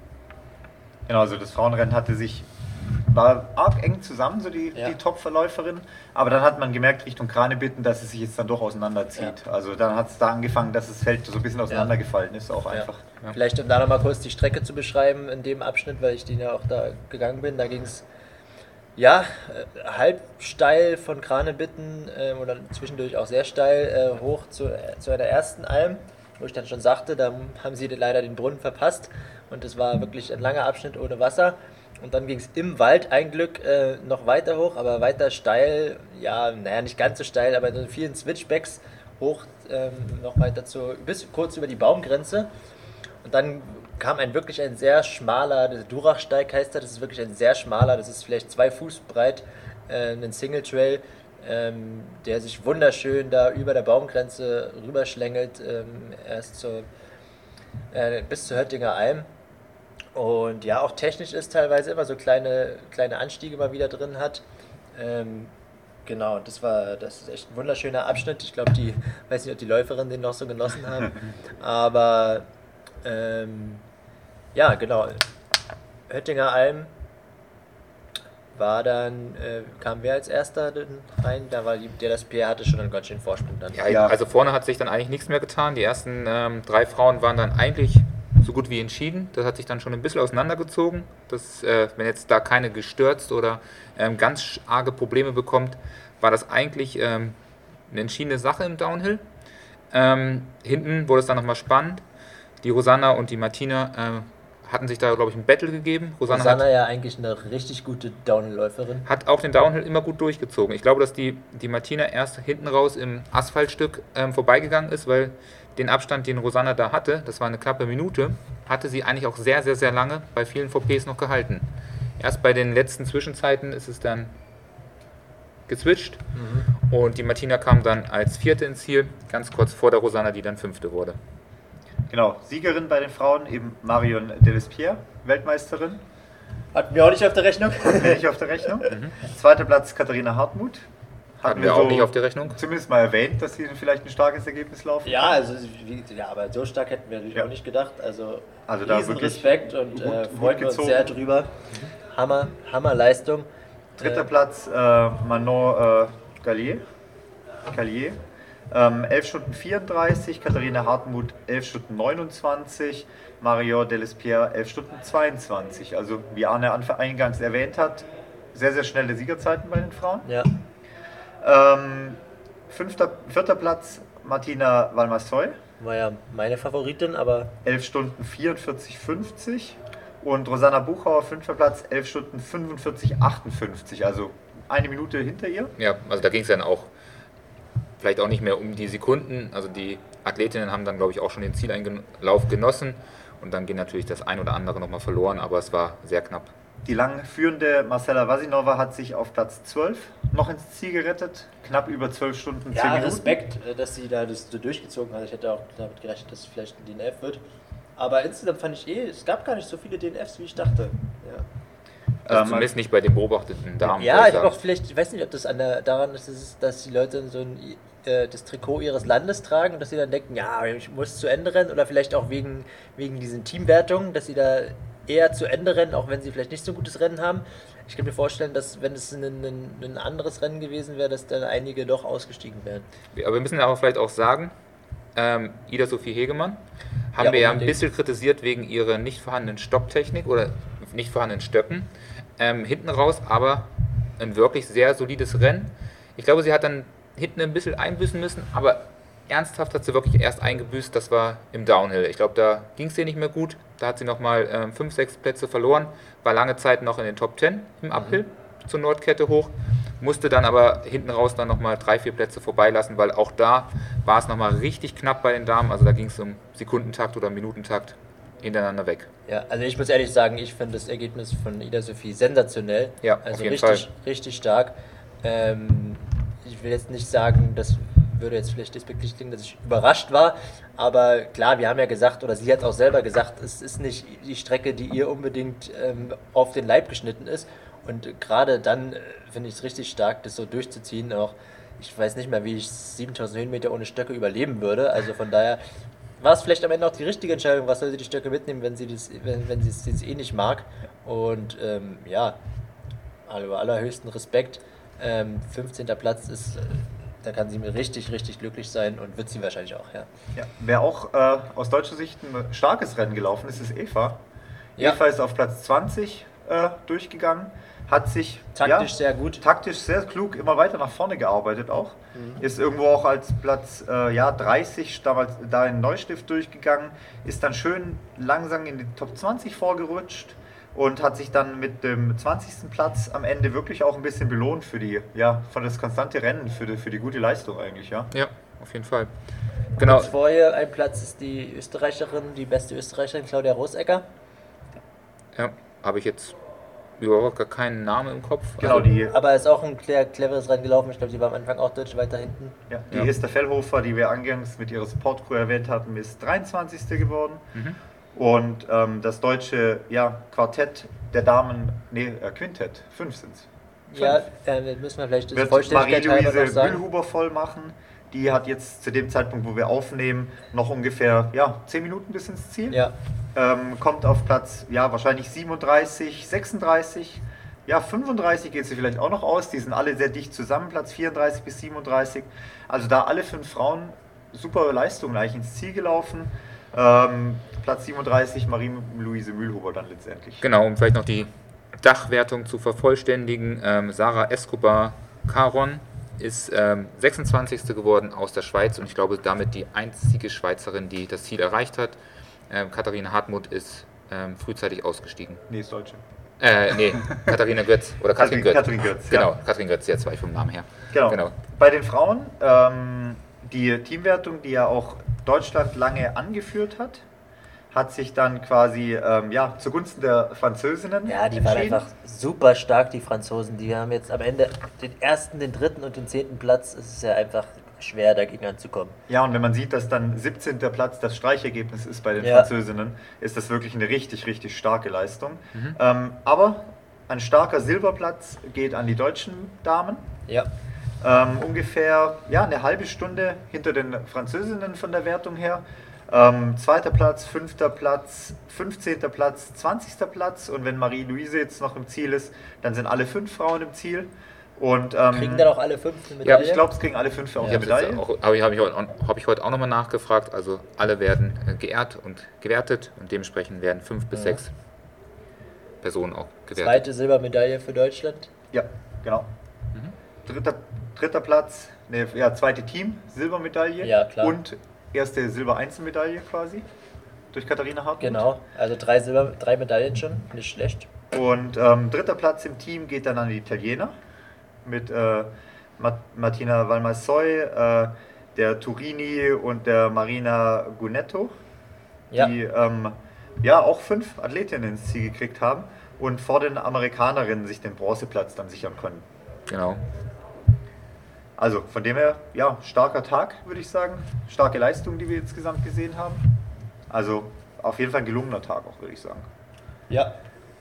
Genau, also das Frauenrennen hatte sich, war arg eng zusammen, so die, Ja. die Top-Verläuferin, aber dann hat man gemerkt Richtung Kranebitten, dass es sich jetzt dann doch auseinanderzieht. Ja. Also dann hat es da angefangen, dass das Feld so ein bisschen auseinandergefallen ist, auch einfach. Ja. Vielleicht um da nochmal kurz die Strecke zu beschreiben in dem Abschnitt, weil ich den ja auch da gegangen bin. Da ging es ja äh, halb steil von Kranebitten äh, oder zwischendurch auch sehr steil äh, hoch zu, äh, zu einer ersten Alm, wo ich dann schon sagte, da haben sie leider den Brunnen verpasst und es war wirklich ein langer Abschnitt ohne Wasser. Und dann ging es im Wald ein Glück äh, noch weiter hoch, aber weiter steil, ja, naja, nicht ganz so steil, aber in vielen Switchbacks hoch, ähm, noch weiter zu, bis kurz über die Baumgrenze. Und dann kam ein wirklich ein sehr schmaler, der Durachsteig heißt das, das ist wirklich ein sehr schmaler, das ist vielleicht zwei Fuß breit, äh, ein Single Trail, ähm, der sich wunderschön da über der Baumgrenze rüberschlängelt, ähm, erst zur, äh, bis zur Höttinger Alm. Und ja, auch technisch ist teilweise immer so kleine, kleine Anstiege mal wieder drin hat. Ähm, genau, das war, das ist echt ein wunderschöner Abschnitt. Ich glaube, die, weiß nicht, ob die Läuferinnen den noch so genossen haben. Aber ähm, ja, genau. Höttinger Alm war dann, äh, kam wer als erster denn rein? Da war die, der das Pierre hatte schon einen ganz schönen Vorsprung dann. Ja, Ja. Also vorne hat sich dann eigentlich nichts mehr getan. Die ersten ähm, drei Frauen waren dann eigentlich so gut wie entschieden. Das hat sich dann schon ein bisschen auseinandergezogen. Das, äh, wenn jetzt da keine gestürzt oder ähm, ganz arge Probleme bekommt, war das eigentlich ähm, eine entschiedene Sache im Downhill. Ähm, hinten wurde es dann nochmal spannend. Die Rosanna und die Martina äh, hatten sich da, glaube ich, ein Battle gegeben. Rosanna, Rosanna hat, ja eigentlich eine richtig gute Downhill-Läuferin. hat auch den Downhill immer gut durchgezogen. Ich glaube, dass die, die Martina erst hinten raus im Asphaltstück ähm, vorbeigegangen ist, weil den Abstand, den Rosanna da hatte, das war eine knappe Minute, hatte sie eigentlich auch sehr, sehr, sehr lange bei vielen V Ps noch gehalten. Erst bei den letzten Zwischenzeiten ist es dann gezwitscht Mhm. und die Martina kam dann als Vierte ins Ziel, ganz kurz vor der Rosanna, die dann Fünfte wurde. Genau, Siegerin bei den Frauen eben Marion Delespierre, Weltmeisterin, Hatten wir auch nicht auf der Rechnung. bin ich auf der Rechnung. Zweiter Platz Katharina Hartmut. Hatten wir auch nicht auf der Rechnung. Zumindest mal erwähnt, dass sie vielleicht ein starkes Ergebnis laufen. Ja, also wie, ja, aber so stark hätten wir natürlich Ja. auch nicht gedacht. Also, Also da riesen wirklich Respekt und Hut- äh, Hut freuen wir uns gezogen. sehr drüber. Hammer, Hammerleistung. Dritter Äh, Platz äh, Manon äh, Gallier. Gallier. Ähm, elf Stunden vierunddreißig, Katharina Hartmut elf Stunden neunundzwanzig, Mario Delespierre elf Stunden zweiundzwanzig. Also wie Arne anf- eingangs erwähnt hat, sehr, sehr schnelle Siegerzeiten bei den Frauen. Ja, Ähm, fünfter, vierter Platz Martina Valmassoy, war ja meine Favoritin, aber elf Stunden vierundvierzig fünfzig. Und Rosanna Buchauer, fünfter Platz, elf Stunden fünfundvierzig achtundfünfzig. Also eine Minute hinter ihr. Ja, also da ging es dann auch vielleicht auch nicht mehr um die Sekunden. Also die Athletinnen haben dann, glaube ich, auch schon den Zieleinlauf genossen und dann ging natürlich das ein oder andere nochmal verloren, aber es war sehr knapp. Die lang führende Marcela Vasinova hat sich auf Platz zwölf noch ins Ziel gerettet. Knapp über zwölf Stunden, zehn Ja, Minuten. Respekt, äh, dass sie da das so durchgezogen hat. Ich hätte auch damit gerechnet, dass es vielleicht ein D N F wird. Aber insgesamt fand ich eh, es gab gar nicht so viele D N Fs, wie ich dachte. Ja. Also Ähm, zumindest nicht bei den beobachteten Damen. Ja, würde ich habe sagen. auch vielleicht, ich weiß nicht, ob das an der, daran ist, dass dass die Leute so ein, äh, das Trikot ihres Landes tragen und dass sie dann denken, ja, ich muss zu Ende rennen oder vielleicht auch wegen, wegen diesen Teamwertungen, dass sie da eher zu Ende rennen, auch wenn sie vielleicht nicht so ein gutes Rennen haben. Ich kann mir vorstellen, dass wenn es ein, ein, ein anderes Rennen gewesen wäre, dass dann einige doch ausgestiegen wären. Aber wir müssen aber vielleicht auch sagen, ähm, Ida Sophie Hegemann haben Ja, wir ja ein unbedingt. bisschen kritisiert wegen ihrer nicht vorhandenen Stocktechnik oder nicht vorhandenen Stöcken. Ähm, hinten raus aber ein wirklich sehr solides Rennen. Ich glaube, sie hat dann hinten ein bisschen einbüßen müssen, aber ernsthaft hat sie wirklich erst eingebüßt, das war im Downhill. Ich glaube, da ging es ihr nicht mehr gut. Da hat sie nochmal ähm, fünf, sechs Plätze verloren, war lange Zeit noch in den Top zehn im Uphill mhm. zur Nordkette hoch, musste dann aber hinten raus dann nochmal drei, vier Plätze vorbeilassen, weil auch da war es nochmal richtig knapp bei den Damen. Also da ging es um Sekundentakt oder Minutentakt hintereinander weg. Ja, also ich muss ehrlich sagen, ich finde das Ergebnis von Ida Sophie sensationell. Ja, also auf jeden richtig, Fall. richtig stark. Ähm, ich will jetzt nicht sagen, das würde jetzt vielleicht despektierlich klingen, dass ich überrascht war, aber klar, wir haben ja gesagt, oder sie hat auch selber gesagt, es ist nicht die Strecke, die ihr unbedingt ähm, auf den Leib geschnitten ist und gerade dann äh, finde ich es richtig stark, das so durchzuziehen, auch ich weiß nicht mehr, wie ich siebentausend Höhenmeter ohne Stöcke überleben würde, also von daher war es vielleicht am Ende auch die richtige Entscheidung, was soll sie die Stöcke mitnehmen, wenn sie das, wenn, wenn sie es jetzt eh nicht mag und ähm, ja, also allerhöchsten Respekt, ähm, fünfzehnter Platz ist äh, da kann sie mir richtig, richtig glücklich sein und wird sie wahrscheinlich auch, ja. Ja. Wer auch äh, aus deutscher Sicht ein starkes Rennen gelaufen ist, ist Eva. Ja. Eva ist auf Platz zwanzig äh, durchgegangen, hat sich Taktisch ja, sehr gut. taktisch sehr klug immer weiter nach vorne gearbeitet auch. Mhm. Ist irgendwo auch als Platz äh, ja, dreißig damals da in Neustift durchgegangen, ist dann schön langsam in die Top zwanzig vorgerutscht und hat sich dann mit dem zwanzigsten Platz am Ende wirklich auch ein bisschen belohnt für die, ja, von das konstante Rennen, für die, für die gute Leistung eigentlich, ja. Ja, auf jeden Fall. Genau. Und vor ihr ein Platz ist die Österreicherin, die beste Österreicherin, Claudia Rosecker. Ja, habe ich jetzt überhaupt gar keinen Namen im Kopf. Genau, Also, die, Aber ist auch ein clever, cleveres Rennen gelaufen. Ich glaube, sie war am Anfang auch deutsch weiter hinten. ja, die Ja. Esther Fellhofer, die wir eingangs mit ihrer Support-Crew erwähnt hatten, ist dreiundzwanzigste geworden. Mhm. Und ähm, das deutsche ja, Quartett der Damen, nee, äh, Quintett, fünf sind es. Ja, äh, müssen wir vielleicht das Wird Vollständigkeit halber noch Marie-Louise sagen. Mühlhuber voll machen. Die hat jetzt zu dem Zeitpunkt, wo wir aufnehmen, noch ungefähr ja, zehn Minuten bis ins Ziel. Ja, Ähm, kommt auf Platz, ja, wahrscheinlich siebenunddreißig, sechsunddreißig, ja, fünfunddreißig geht sie vielleicht auch noch aus. Die sind alle sehr dicht zusammen, Platz vierunddreißig bis siebenunddreißig. Also da alle fünf Frauen super Leistungen eigentlich ins Ziel gelaufen. Ähm, Platz siebenunddreißig, Marie-Louise Mühlhuber dann letztendlich. Genau, um vielleicht noch die Dachwertung zu vervollständigen. Ähm, Sarah Escobar Caron ist ähm, sechsundzwanzigste geworden aus der Schweiz und ich glaube damit die einzige Schweizerin, die das Ziel erreicht hat. Ähm, Katharina Hartmut ist ähm, frühzeitig ausgestiegen. Nee, ist Deutsche. Äh, nee, Katharina Götz oder Katrin Götz. Katrin Götz, Genau, ja. Katrin Götz, jetzt war ich vom Namen her. Genau. Genau. Bei den Frauen, ähm, die Teamwertung, die ja auch Deutschland lange angeführt hat, hat sich dann quasi ähm, ja, zugunsten der Französinnen ja, die waren entschieden. einfach super stark, die Franzosen. Die haben jetzt am Ende den ersten, den dritten und den zehnten Platz. Es ist ja einfach schwer, dagegen anzukommen. Ja, und wenn man sieht, dass dann siebzehnter Platz das Streichergebnis ist bei den Ja. Französinnen, ist das wirklich eine richtig, richtig starke Leistung. Ähm, aber ein starker Silberplatz geht an die deutschen Damen. Ja, Ähm, ungefähr ja, eine halbe Stunde hinter den Französinnen von der Wertung her. Ähm, zweiter Platz, fünfter Platz, fünfzehnter Platz, zwanzigster Platz. Und wenn Marie-Louise jetzt noch im Ziel ist, dann sind alle fünf Frauen im Ziel. Und, ähm, kriegen dann auch alle fünf eine Ja, Medaille? ich glaube, es kriegen alle fünf auch Ich eine habe Medaille. jetzt auch, habe ich, habe ich, heute, habe ich heute auch nochmal nachgefragt. Also alle werden äh, geehrt und gewertet und dementsprechend werden fünf bis Ja. sechs Personen auch gewertet. Zweite Silbermedaille für Deutschland. Ja, genau. Dritter, dritter Platz, ne, ja, zweite Team, Silbermedaille. Ja, klar. Und erste Silber-Einzelmedaille quasi durch Katharina Hartmut. Genau, also drei Silber, drei Medaillen schon, nicht schlecht. Und ähm, dritter Platz im Team geht dann an die Italiener mit äh, Mat- Martina Valmasoy, äh, der Turini und der Marina Gunetto, Ja. die ähm, ja auch fünf Athletinnen ins Ziel gekriegt haben und vor den Amerikanerinnen sich den Bronzeplatz dann sichern konnten. Genau. Also von dem her, ja, starker Tag, würde ich sagen. Starke Leistung, die wir insgesamt gesehen haben. Also auf jeden Fall ein gelungener Tag auch, würde ich sagen. Ja.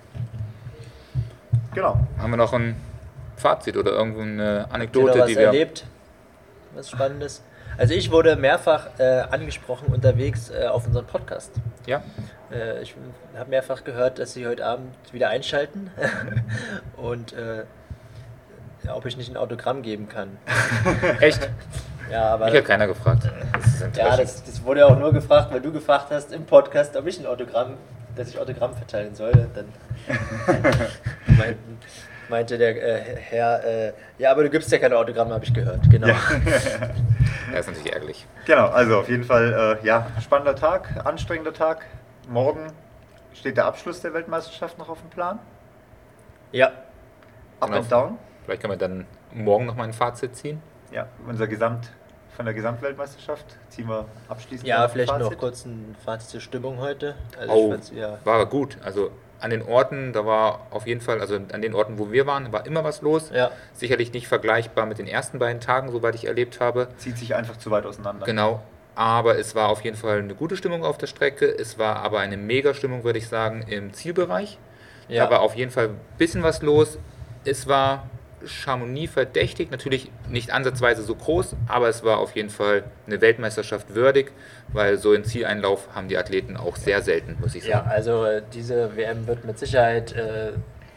Genau. Haben wir noch ein Fazit oder irgendwo eine Habt ihr Anekdote, noch was die wir... erlebt? Was Spannendes? Also ich wurde mehrfach äh, angesprochen unterwegs äh, auf unseren Podcast. Ja, Äh, ich habe mehrfach gehört, dass sie heute Abend wieder einschalten und äh, ja, ob ich nicht ein Autogramm geben kann. echt? Ja, aber Mich hat keiner gefragt. Das ist ja, enttäuschend. das, das wurde ja auch nur gefragt, weil du gefragt hast im Podcast, ob ich ein Autogramm, dass ich Autogramm verteilen soll. Dann meinten, meinte der äh, Herr, äh, ja, aber du gibst ja keine Autogramme, habe ich gehört. Genau. Ja. Das ist natürlich ärgerlich. Genau, also auf jeden Fall, äh, ja, spannender Tag, anstrengender Tag. Morgen steht der Abschluss der Weltmeisterschaft noch auf dem Plan. Ja, Up Genau. and down. Vielleicht können wir dann morgen nochmal ein Fazit ziehen. Ja, unser Gesamt von der Gesamtweltmeisterschaft ziehen wir abschließend. ja noch ein vielleicht noch Fazit. kurz ein Fazit zur Stimmung heute. Also Oh, ich fand's, ja, war gut. Also an den Orten, da war auf jeden Fall, also an den Orten, wo wir waren, war immer was los. ja, Sicherlich nicht vergleichbar mit den ersten beiden Tagen, soweit ich erlebt habe. Zieht sich einfach zu weit auseinander. Genau. Aber es war auf jeden Fall eine gute Stimmung auf der Strecke. Es war aber eine Mega-Stimmung, würde ich sagen, im Zielbereich. ja. Da war auf jeden Fall ein bisschen was los. Es war Chamonix verdächtig, natürlich nicht ansatzweise so groß, aber es war auf jeden Fall eine Weltmeisterschaft würdig, weil so einen Zieleinlauf haben die Athleten auch sehr selten, muss ich Ja, sagen. also äh, diese W M wird mit Sicherheit, äh,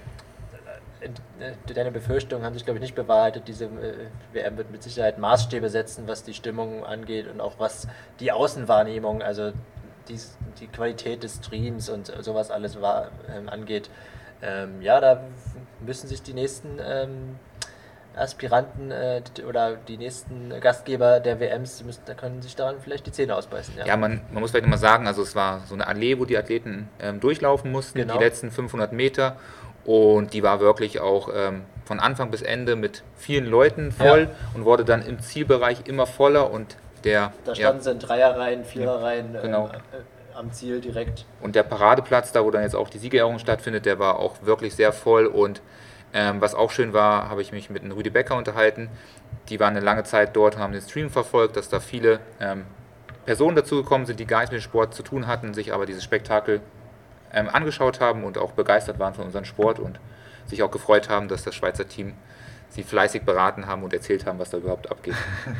äh, deine Befürchtungen haben sich glaube ich nicht bewahrheitet, diese äh, W M wird mit Sicherheit Maßstäbe setzen, was die Stimmung angeht und auch was die Außenwahrnehmung, also dies, die Qualität des Streams und sowas alles war, ähm, angeht. Ähm, ja, da müssen sich die nächsten ähm, Aspiranten äh, oder die nächsten Gastgeber der W Ms, müssen, da können sich daran vielleicht die Zähne ausbeißen. Ja, man, man muss vielleicht nochmal sagen, also es war so eine Allee, wo die Athleten ähm, durchlaufen mussten, Genau. die letzten fünfhundert Meter. Und die war wirklich auch ähm, von Anfang bis Ende mit vielen Leuten voll Ja. und wurde dann im Zielbereich immer voller. Und der, Da ja, standen sie in Dreierreihen, Viererreihen Genau. ähm, äh, am Ziel direkt. und der Paradeplatz, da wo dann jetzt auch die Siegerehrung stattfindet, der war auch wirklich sehr voll. Und ähm, was auch schön war, habe ich mich mit einem Rüdi Becker unterhalten. Die waren eine lange Zeit dort, haben den Stream verfolgt, dass da viele ähm, Personen dazugekommen sind, die gar nichts mit dem Sport zu tun hatten, sich aber dieses Spektakel ähm, angeschaut haben und auch begeistert waren von unserem Sport und sich auch gefreut haben, dass das Schweizer Team sie fleißig beraten haben und erzählt haben, was da überhaupt abgeht.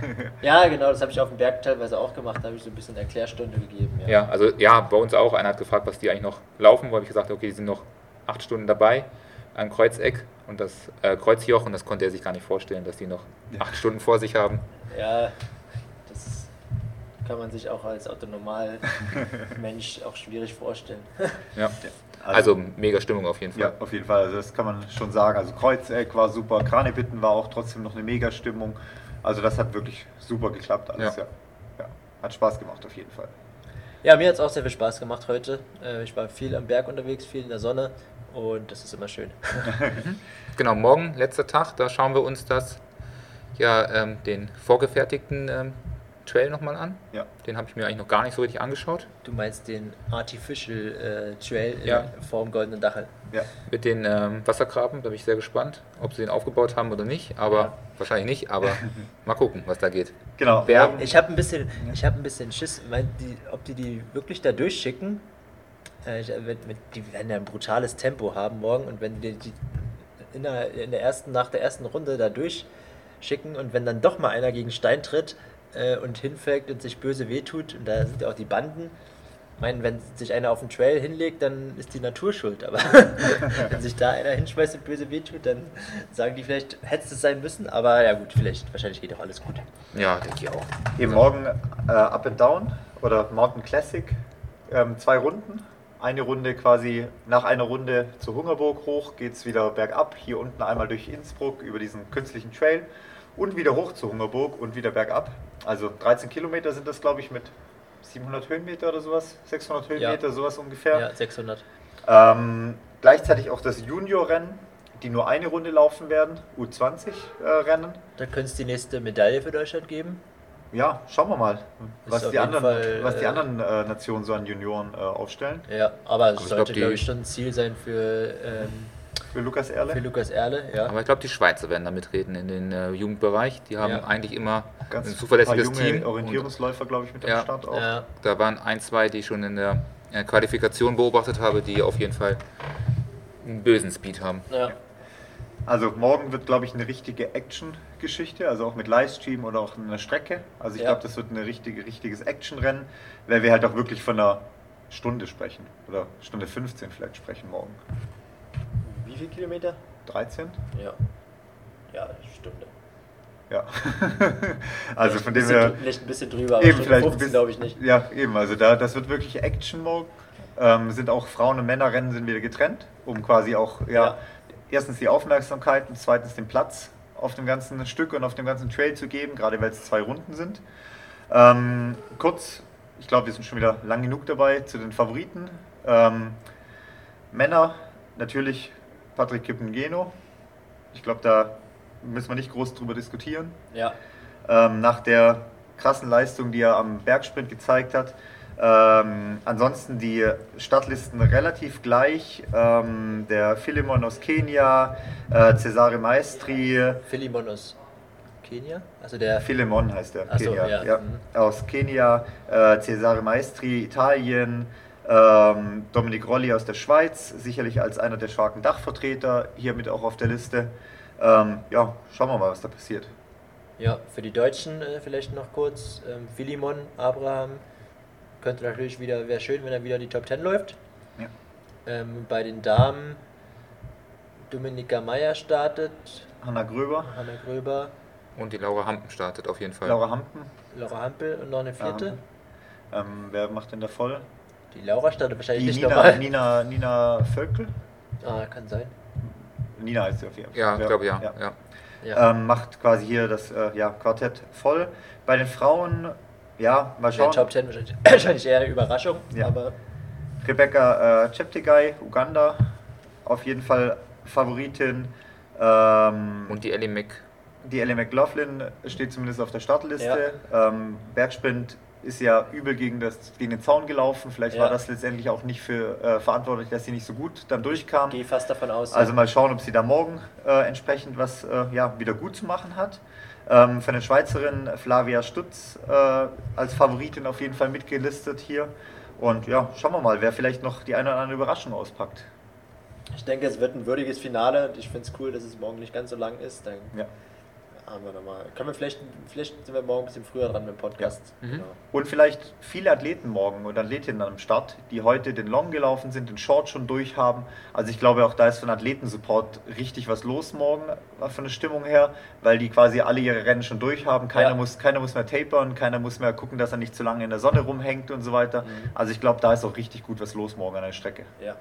Ja, genau, das habe ich auf dem Berg teilweise auch gemacht, da habe ich so ein bisschen Erklärstunde gegeben. Ja, also ja, bei uns auch. Einer hat gefragt, was die eigentlich noch laufen, wo habe ich gesagt, okay, die sind noch acht Stunden dabei am Kreuzeck und das äh, Kreuzjoch und das konnte er sich gar nicht vorstellen, dass die noch acht Stunden vor sich haben. Ja, das kann man sich auch als Autonormal-Mensch auch schwierig vorstellen. Ja. Also mega Stimmung auf jeden Fall. Ja, auf jeden Fall, also das kann man schon sagen. Also Kreuzeck war super, Kranebitten war auch trotzdem noch eine Mega-Stimmung. Also das hat wirklich super geklappt alles, ja. Ja. Ja. Hat Spaß gemacht auf jeden Fall. Ja, mir hat es auch sehr viel Spaß gemacht heute. Äh, Ich war viel am Berg unterwegs, viel in der Sonne und das ist immer schön. Genau, morgen, letzter Tag, da schauen wir uns das, ja, ähm, den vorgefertigten ähm, Trail nochmal an. Ja. Den habe ich mir eigentlich noch gar nicht so richtig angeschaut. Du meinst den Artificial äh, Trail Ja. in Form Goldenen Dachel. Ja. Mit den ähm, Wassergraben, da bin ich sehr gespannt, ob sie den aufgebaut haben oder nicht. Aber Ja. wahrscheinlich nicht, aber mal gucken, was da geht. Genau. Wer- morgen- Ich habe ein bisschen, ich habe ein bisschen Schiss, meint die, ob die die wirklich da durchschicken. Äh, ich, wenn, mit, die werden ja ein brutales Tempo haben morgen und wenn die, die in, der, in der ersten, nach der ersten Runde da durchschicken und wenn dann doch mal einer gegen Stein tritt äh, und hinfällt und sich böse wehtut, und da sind ja auch die Banden. Ich meine, wenn sich einer auf den Trail hinlegt, dann ist die Natur schuld. Aber wenn sich da einer hinschmeißt und böse wehtut, dann sagen die vielleicht, hätte es sein müssen. Aber ja gut, vielleicht, wahrscheinlich geht auch alles gut. Ja, denke ich auch. Eben morgen äh, Up and Down oder Mountain Classic, ähm, zwei Runden. Eine Runde quasi, nach einer Runde zur Hungerburg hoch, geht es wieder bergab, hier unten einmal durch Innsbruck über diesen künstlichen Trail und wieder hoch zur Hungerburg und wieder bergab. Also dreizehn Kilometer sind das, glaube ich, mit siebenhundert Höhenmeter oder sowas, sechshundert Höhenmeter, Ja. sowas ungefähr. Ja, sechshundert. Ähm, gleichzeitig auch das Junior-Rennen, die nur eine Runde laufen werden, U zwanzig äh, Rennen. Da könnte es die nächste Medaille für Deutschland geben. Ja, schauen wir mal, was auf die, jeden anderen, Fall, was die äh, anderen äh, Nationen so an Junioren äh, aufstellen. Ja, aber es ich sollte, glaub, die- glaube ich, schon ein Ziel sein für, ähm, Für Lukas Erle. für Lukas Erle. Ja. Aber ich glaube, die Schweizer werden da mitreden in den äh, Jugendbereich. Die haben Ja. eigentlich immer Ganz ein zuverlässiges paar junge Team. Und Orientierungsläufer, glaube ich, mit Ja. am Start auch. Ja. da waren ein, zwei, die ich schon in der äh, Qualifikation beobachtet habe, die auf jeden Fall einen bösen Speed haben. Ja. Also morgen wird, glaube ich, eine richtige Action-Geschichte, also auch mit Livestream oder auch eine Strecke. Also ich Ja. glaube, das wird ein richtige, richtiges Action-Rennen, weil wir halt auch wirklich von einer Stunde sprechen. Oder Stunde fünfzehn vielleicht sprechen morgen. Wie viele Kilometer? dreizehn? Ja. Ja, eine Stunde. Ja. Also von dem Bisschen her... drü- Vielleicht ein bisschen drüber, aber Eben, Stunde vielleicht ein fünfzehn bisschen- glaube ich nicht. Ja, eben, also da, das wird wirklich Action morgen. Ähm, sind auch Frauen- und Männerrennen sind wieder getrennt, um quasi auch, ja, Ja. erstens die Aufmerksamkeit und zweitens den Platz auf dem ganzen Stück und auf dem ganzen Trail zu geben, gerade weil es zwei Runden sind. Ähm, kurz, ich glaube, wir sind schon wieder lang genug dabei zu den Favoriten. Ähm, Männer, natürlich Patrick Kippengeno. Ich glaube, da müssen wir nicht groß drüber diskutieren. Ja. Ähm, nach der krassen Leistung, die er am Bergsprint gezeigt hat. Ähm, ansonsten die Startlisten relativ gleich. Ähm, der Philemon aus Kenia, äh, Cesare Maestri, Philemon aus Kenia? Also der. Philemon heißt er, Ach so, Kenia, ja. ja, Mhm. aus Kenia, äh, Cesare Maestri, Italien, ähm, Dominik Rolli aus der Schweiz, sicherlich als einer der starken Dachvertreter, hier mit auch auf der Liste. Ähm, ja, schauen wir mal, was da passiert. Ja, für die Deutschen äh, vielleicht noch kurz. Ähm, Philemon, Abraham. Könnte natürlich wieder, wäre schön, wenn er wieder in die Top zehn läuft. Ja. Ähm, bei den Damen Dominika Meyer startet, Hanna Gröber, Hanna Gröber, Und die Laura Hampen startet auf jeden Fall. Laura Hampen. Laura Hampel und noch eine vierte. Ähm, wer macht denn da voll? Die Laura startet wahrscheinlich Die nicht Nina, nochmal. Nina, Nina Völkel? Ah, kann sein. Nina heißt sie auf jeden Fall. Ja, ich glaube ja. ja. Ja. Ähm, macht quasi hier das äh, ja, Quartett voll. Bei den Frauen, ja, mal Der schauen. Top zehn wahrscheinlich, wahrscheinlich eher eine Überraschung, Ja. aber Rebecca äh, Cheptegei, Uganda, auf jeden Fall Favoritin. Ähm, Und die Ellie Mick. die Ellie McLaughlin steht zumindest auf der Startliste. Ähm, Bergsprint ist ja übel gegen, das, gegen den Zaun gelaufen. Vielleicht Ja. war das letztendlich auch nicht für äh, verantwortlich, dass sie nicht so gut dann durchkam. gehe fast davon aus. Also mal schauen, ob sie da morgen äh, entsprechend was äh, ja, wieder gut zu machen hat. Ähm, von den Schweizerinnen Flavia Stutz äh, als Favoritin auf jeden Fall mitgelistet hier. Und ja, schauen wir mal, wer vielleicht noch die eine oder andere Überraschung auspackt. ich denke, es wird ein würdiges Finale und ich finde es cool, dass es morgen nicht ganz so lang ist. Dann Ja. haben wir nochmal. Können wir vielleicht, vielleicht sind wir morgen ein bisschen früher dran mit dem Podcast. Ja. Mhm. Genau. Und vielleicht viele Athleten morgen und Athletinnen am Start, die heute den Long gelaufen sind, den Short schon durch haben. Also ich glaube auch da ist von Athletensupport richtig was los morgen äh, von der Stimmung her, weil die quasi alle ihre Rennen schon durch haben. Keiner, Ja. muss, keiner muss mehr tapern, keiner muss mehr gucken, dass er nicht zu lange in der Sonne rumhängt und so weiter. Mhm. Also ich glaube, da ist auch richtig gut was los morgen an der Strecke. Ja.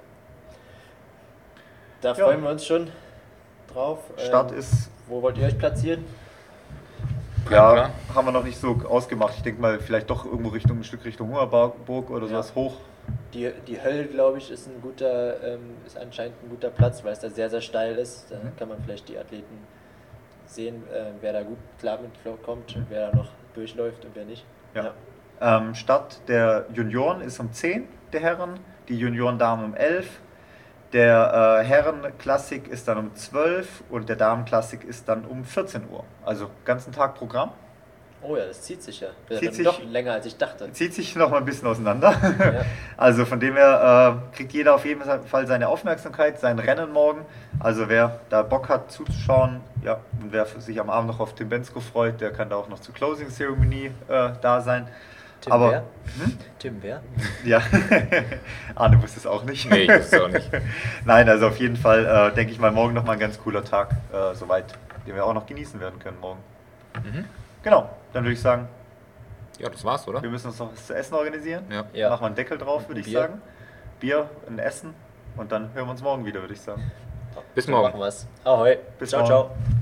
Da Ja. freuen wir uns schon drauf. Start Ähm, ist, Wo wollt ihr euch platzieren? ja, klar. haben wir noch nicht so ausgemacht. Ich denke mal, vielleicht doch irgendwo Richtung, ein Stück Richtung Hungerburg oder Ja. sowas hoch. Die, die Hölle, glaube ich, ist ein guter, ähm, ist anscheinend ein guter Platz, weil es da sehr, sehr steil ist. Da Mhm. kann man vielleicht die Athleten sehen, äh, wer da gut klar mitkommt Mhm. und wer da noch durchläuft und wer nicht. Ja. Ähm, Start der Junioren ist um zehn, der Herren, die Junioren-Damen um elf. Der äh, Herren-Klassik ist dann um zwölf und der Damen-Klassik ist dann um vierzehn Uhr. Also ganzen Tag Programm. Oh ja, das zieht sich ja. Das Zieht ist sich- doch länger als ich dachte. Zieht sich noch mal ein bisschen auseinander. Ja. Also von dem her äh, kriegt jeder auf jeden Fall seine Aufmerksamkeit, sein Rennen morgen. Also wer da Bock hat zuzuschauen, ja, und wer sich am Abend noch auf Tim Bensko freut, der kann da auch noch zur Closing-Zeremonie äh, da sein. Tim Aber wer? Hm? Tim wer? Ja, Arne wusste es auch nicht. Nee, ich wusste es auch nicht. Nein, also auf jeden Fall äh, denke ich mal, morgen nochmal ein ganz cooler Tag, äh, soweit, den wir auch noch genießen werden können morgen. Mhm. Genau, dann würde ich sagen, Ja, das war's, oder? wir müssen uns noch was zu essen organisieren. Ja. Ja. Machen wir einen Deckel drauf, würde ich Bier. sagen. Bier, ein Essen und dann hören wir uns morgen wieder, würde ich sagen. Bis So morgen. machen wir's. Ahoi. Bis ciao, morgen. ciao.